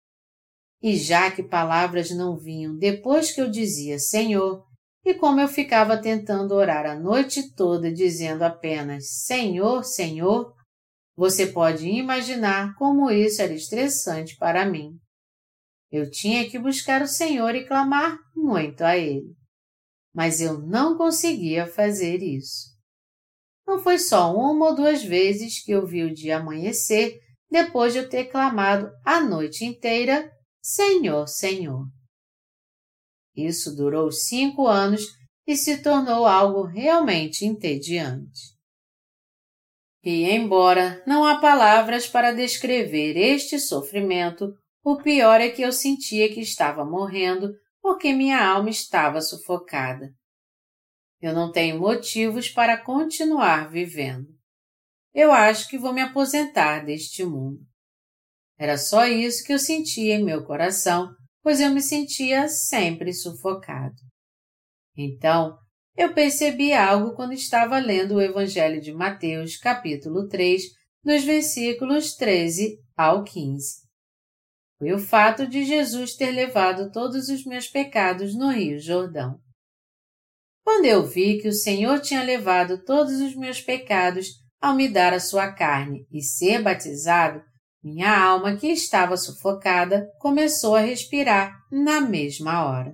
E já que palavras não vinham depois que eu dizia Senhor, e como eu ficava tentando orar a noite toda dizendo apenas Senhor, Senhor, você pode imaginar como isso era estressante para mim. Eu tinha que buscar o Senhor e clamar muito a Ele. Mas eu não conseguia fazer isso. Não foi só 1 ou 2 vezes que eu vi o dia amanhecer depois de eu ter clamado a noite inteira, Senhor, Senhor. Isso durou 5 anos e se tornou algo realmente entediante. E embora não há palavras para descrever este sofrimento, o pior é que eu sentia que estava morrendo porque minha alma estava sufocada. Eu não tenho motivos para continuar vivendo. Eu acho que vou me aposentar deste mundo. Era só isso que eu sentia em meu coração, pois eu me sentia sempre sufocado. Então, eu percebi algo quando estava lendo o Evangelho de Mateus, capítulo 3, dos versículos 13 ao 15. Foi o fato de Jesus ter levado todos os meus pecados no Rio Jordão. Quando eu vi que o Senhor tinha levado todos os meus pecados ao me dar a sua carne e ser batizado, minha alma, que estava sufocada, começou a respirar na mesma hora.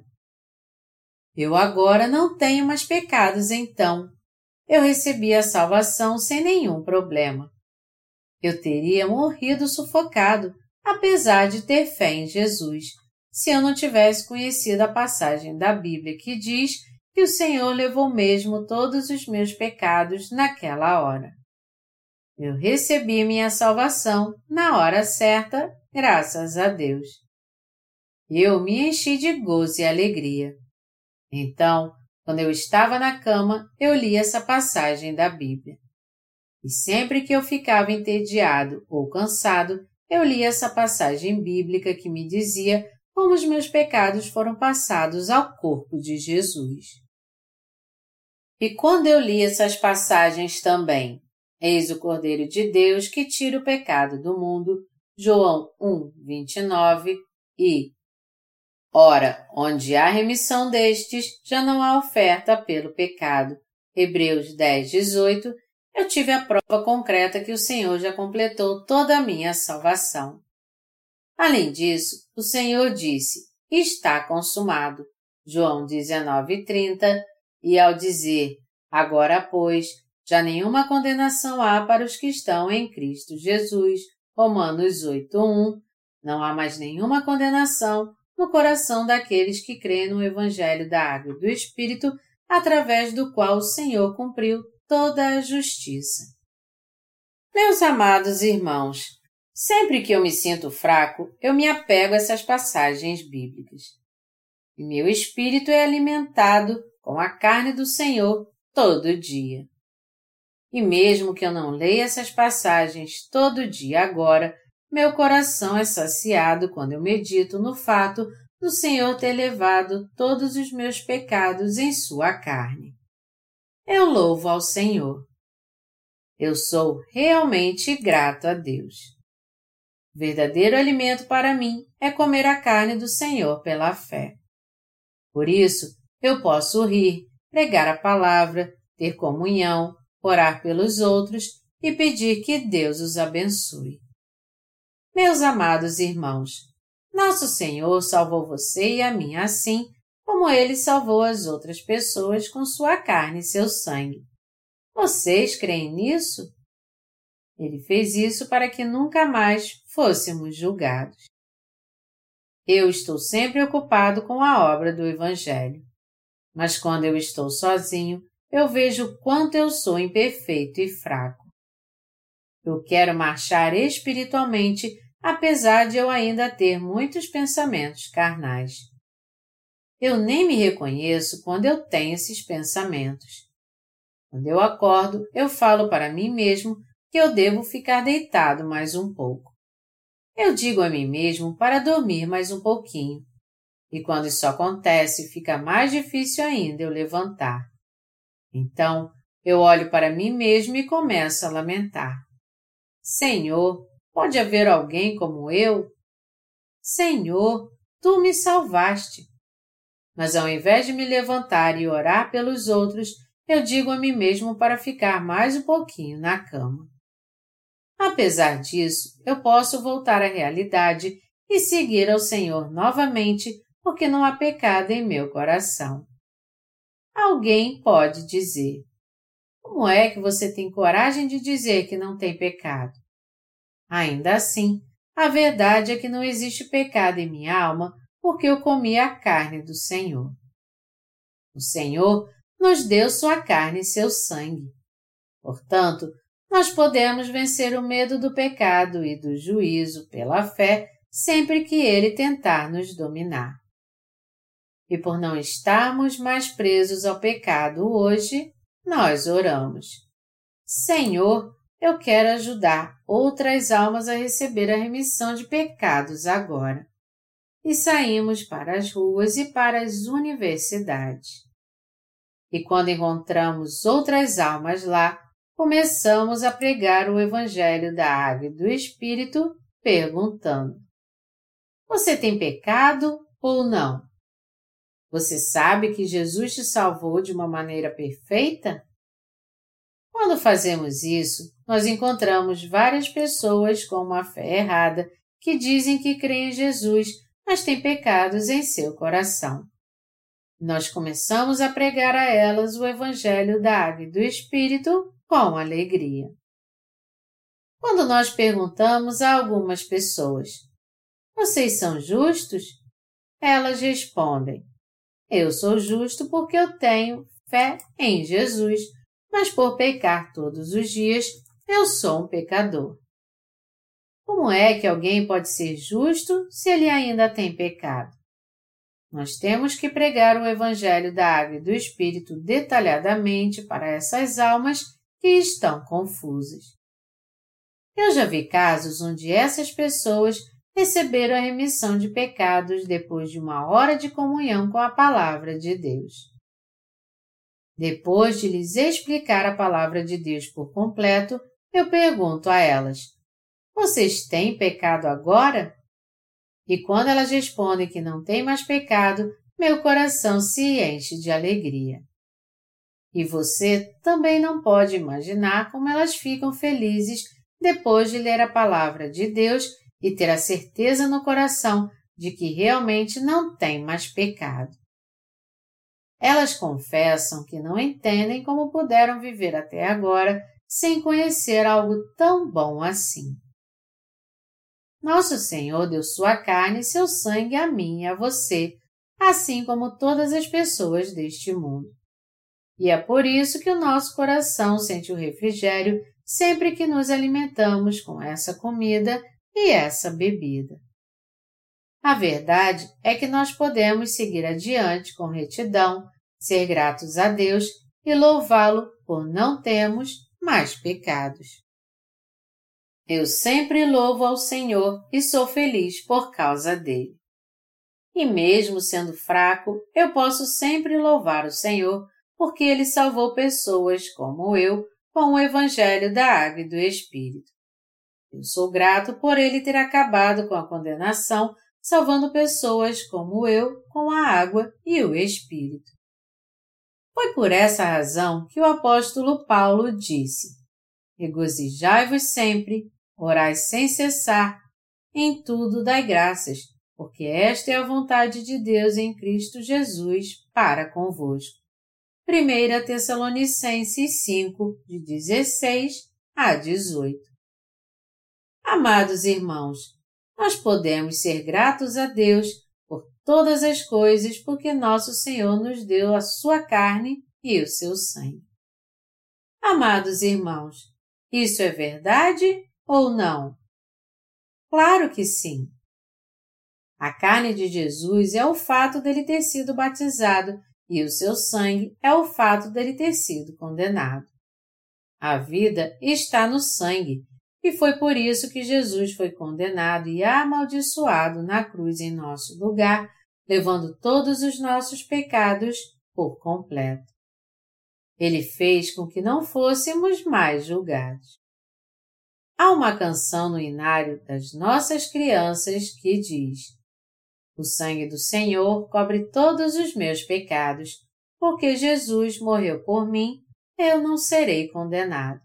Eu agora não tenho mais pecados, então. Eu recebi a salvação sem nenhum problema. Eu teria morrido sufocado, apesar de ter fé em Jesus, se eu não tivesse conhecido a passagem da Bíblia que diz que o Senhor levou mesmo todos os meus pecados naquela hora. Eu recebi minha salvação na hora certa, graças a Deus. Eu me enchi de gozo e alegria. Então, quando eu estava na cama, eu li essa passagem da Bíblia. E sempre que eu ficava entediado ou cansado, eu li essa passagem bíblica que me dizia como os meus pecados foram passados ao corpo de Jesus. E quando eu li essas passagens também, eis o Cordeiro de Deus que tira o pecado do mundo, João 1:29, e ora, onde há remissão destes, já não há oferta pelo pecado, Hebreus 10:18, eu tive a prova concreta que o Senhor já completou toda a minha salvação. Além disso, o Senhor disse, está consumado, João 19:30, e ao dizer, agora, pois, já nenhuma condenação há para os que estão em Cristo Jesus, Romanos 8:1, não há mais nenhuma condenação no coração daqueles que creem no Evangelho da Água e do Espírito, através do qual o Senhor cumpriu toda a justiça. Meus amados irmãos, sempre que eu me sinto fraco, eu me apego a essas passagens bíblicas. E meu espírito é alimentado com a carne do Senhor todo dia. E mesmo que eu não leia essas passagens todo dia agora, meu coração é saciado quando eu medito no fato do Senhor ter levado todos os meus pecados em sua carne. Eu louvo ao Senhor. Eu sou realmente grato a Deus. O verdadeiro alimento para mim é comer a carne do Senhor pela fé. Por isso, eu posso rir, pregar a palavra, ter comunhão, orar pelos outros e pedir que Deus os abençoe. Meus amados irmãos, nosso Senhor salvou você e a mim assim, como Ele salvou as outras pessoas com sua carne e seu sangue. Vocês creem nisso? Ele fez isso para que nunca mais fôssemos julgados. Eu estou sempre ocupado com a obra do Evangelho. Mas quando eu estou sozinho, eu vejo o quanto eu sou imperfeito e fraco. Eu quero marchar espiritualmente, apesar de eu ainda ter muitos pensamentos carnais. Eu nem me reconheço quando eu tenho esses pensamentos. Quando eu acordo, eu falo para mim mesmo que eu devo ficar deitado mais um pouco. Eu digo a mim mesmo para dormir mais um pouquinho. E quando isso acontece, fica mais difícil ainda eu levantar. Então, eu olho para mim mesmo e começo a lamentar. Senhor, pode haver alguém como eu? Senhor, Tu me salvaste. Mas ao invés de me levantar e orar pelos outros, eu digo a mim mesmo para ficar mais um pouquinho na cama. Apesar disso, eu posso voltar à realidade e seguir ao Senhor novamente, porque não há pecado em meu coração. Alguém pode dizer, como é que você tem coragem de dizer que não tem pecado? Ainda assim, a verdade é que não existe pecado em minha alma, porque eu comi a carne do Senhor. O Senhor nos deu sua carne e seu sangue. Portanto, nós podemos vencer o medo do pecado e do juízo pela fé sempre que ele tentar nos dominar. E por não estarmos mais presos ao pecado hoje, nós oramos. Senhor, eu quero ajudar outras almas a receber a remissão de pecados agora. E saímos para as ruas e para as universidades. E quando encontramos outras almas lá, começamos a pregar o Evangelho da Água e do Espírito, perguntando: você tem pecado ou não? Você sabe que Jesus te salvou de uma maneira perfeita? Quando fazemos isso, nós encontramos várias pessoas com uma fé errada que dizem que creem em Jesus, mas têm pecados em seu coração. Nós começamos a pregar a elas o Evangelho da Água e do Espírito com alegria. Quando nós perguntamos a algumas pessoas, vocês são justos? Elas respondem, eu sou justo porque eu tenho fé em Jesus, mas por pecar todos os dias, eu sou um pecador. Como é que alguém pode ser justo se ele ainda tem pecado? Nós temos que pregar o Evangelho da Água e do Espírito detalhadamente para essas almas que estão confusas. Eu já vi casos onde essas pessoas receberam a remissão de pecados depois de uma hora de comunhão com a Palavra de Deus. Depois de lhes explicar a Palavra de Deus por completo, eu pergunto a elas, vocês têm pecado agora? E quando elas respondem que não têm mais pecado, meu coração se enche de alegria. E você também não pode imaginar como elas ficam felizes depois de ler a Palavra de Deus e ter a certeza no coração de que realmente não tem mais pecado. Elas confessam que não entendem como puderam viver até agora sem conhecer algo tão bom assim. Nosso Senhor deu sua carne e seu sangue a mim e a você, assim como todas as pessoas deste mundo. E é por isso que o nosso coração sente o refrigério sempre que nos alimentamos com essa comida e essa bebida. A verdade é que nós podemos seguir adiante com retidão, ser gratos a Deus e louvá-lo por não termos mais pecados. Eu sempre louvo ao Senhor e sou feliz por causa dele. E mesmo sendo fraco, eu posso sempre louvar o Senhor porque ele salvou pessoas como eu com o Evangelho da Água e do Espírito. Eu sou grato por ele ter acabado com a condenação, salvando pessoas como eu com a água e o Espírito. Foi por essa razão que o apóstolo Paulo disse: regozijai-vos sempre, orai sem cessar, em tudo dai graças, porque esta é a vontade de Deus em Cristo Jesus para convosco. 1 Tessalonicenses 5, de 16 a 18. Amados irmãos, nós podemos ser gratos a Deus por todas as coisas porque nosso Senhor nos deu a sua carne e o seu sangue. Amados irmãos, isso é verdade ou não? Claro que sim. A carne de Jesus é o fato dele ter sido batizado e o seu sangue é o fato dele ter sido condenado. A vida está no sangue, e foi por isso que Jesus foi condenado e amaldiçoado na cruz em nosso lugar, levando todos os nossos pecados por completo. Ele fez com que não fôssemos mais julgados. Há uma canção no inário das nossas crianças que diz: o sangue do Senhor cobre todos os meus pecados, porque Jesus morreu por mim, eu não serei condenado.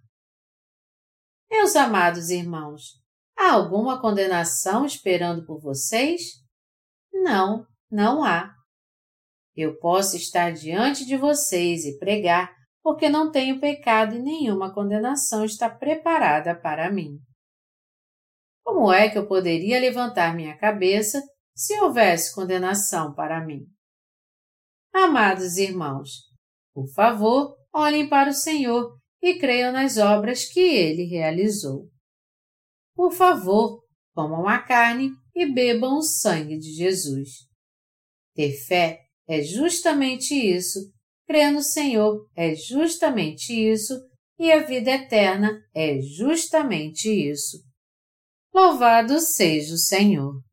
Meus amados irmãos, há alguma condenação esperando por vocês? Não, não há. Eu posso estar diante de vocês e pregar, porque não tenho pecado e nenhuma condenação está preparada para mim. Como é que eu poderia levantar minha cabeça se houvesse condenação para mim? Amados irmãos, por favor, olhem para o Senhor e creiam nas obras que Ele realizou. Por favor, comam a carne e bebam o sangue de Jesus. Ter fé é justamente isso, crer no Senhor é justamente isso e a vida eterna é justamente isso. Louvado seja o Senhor!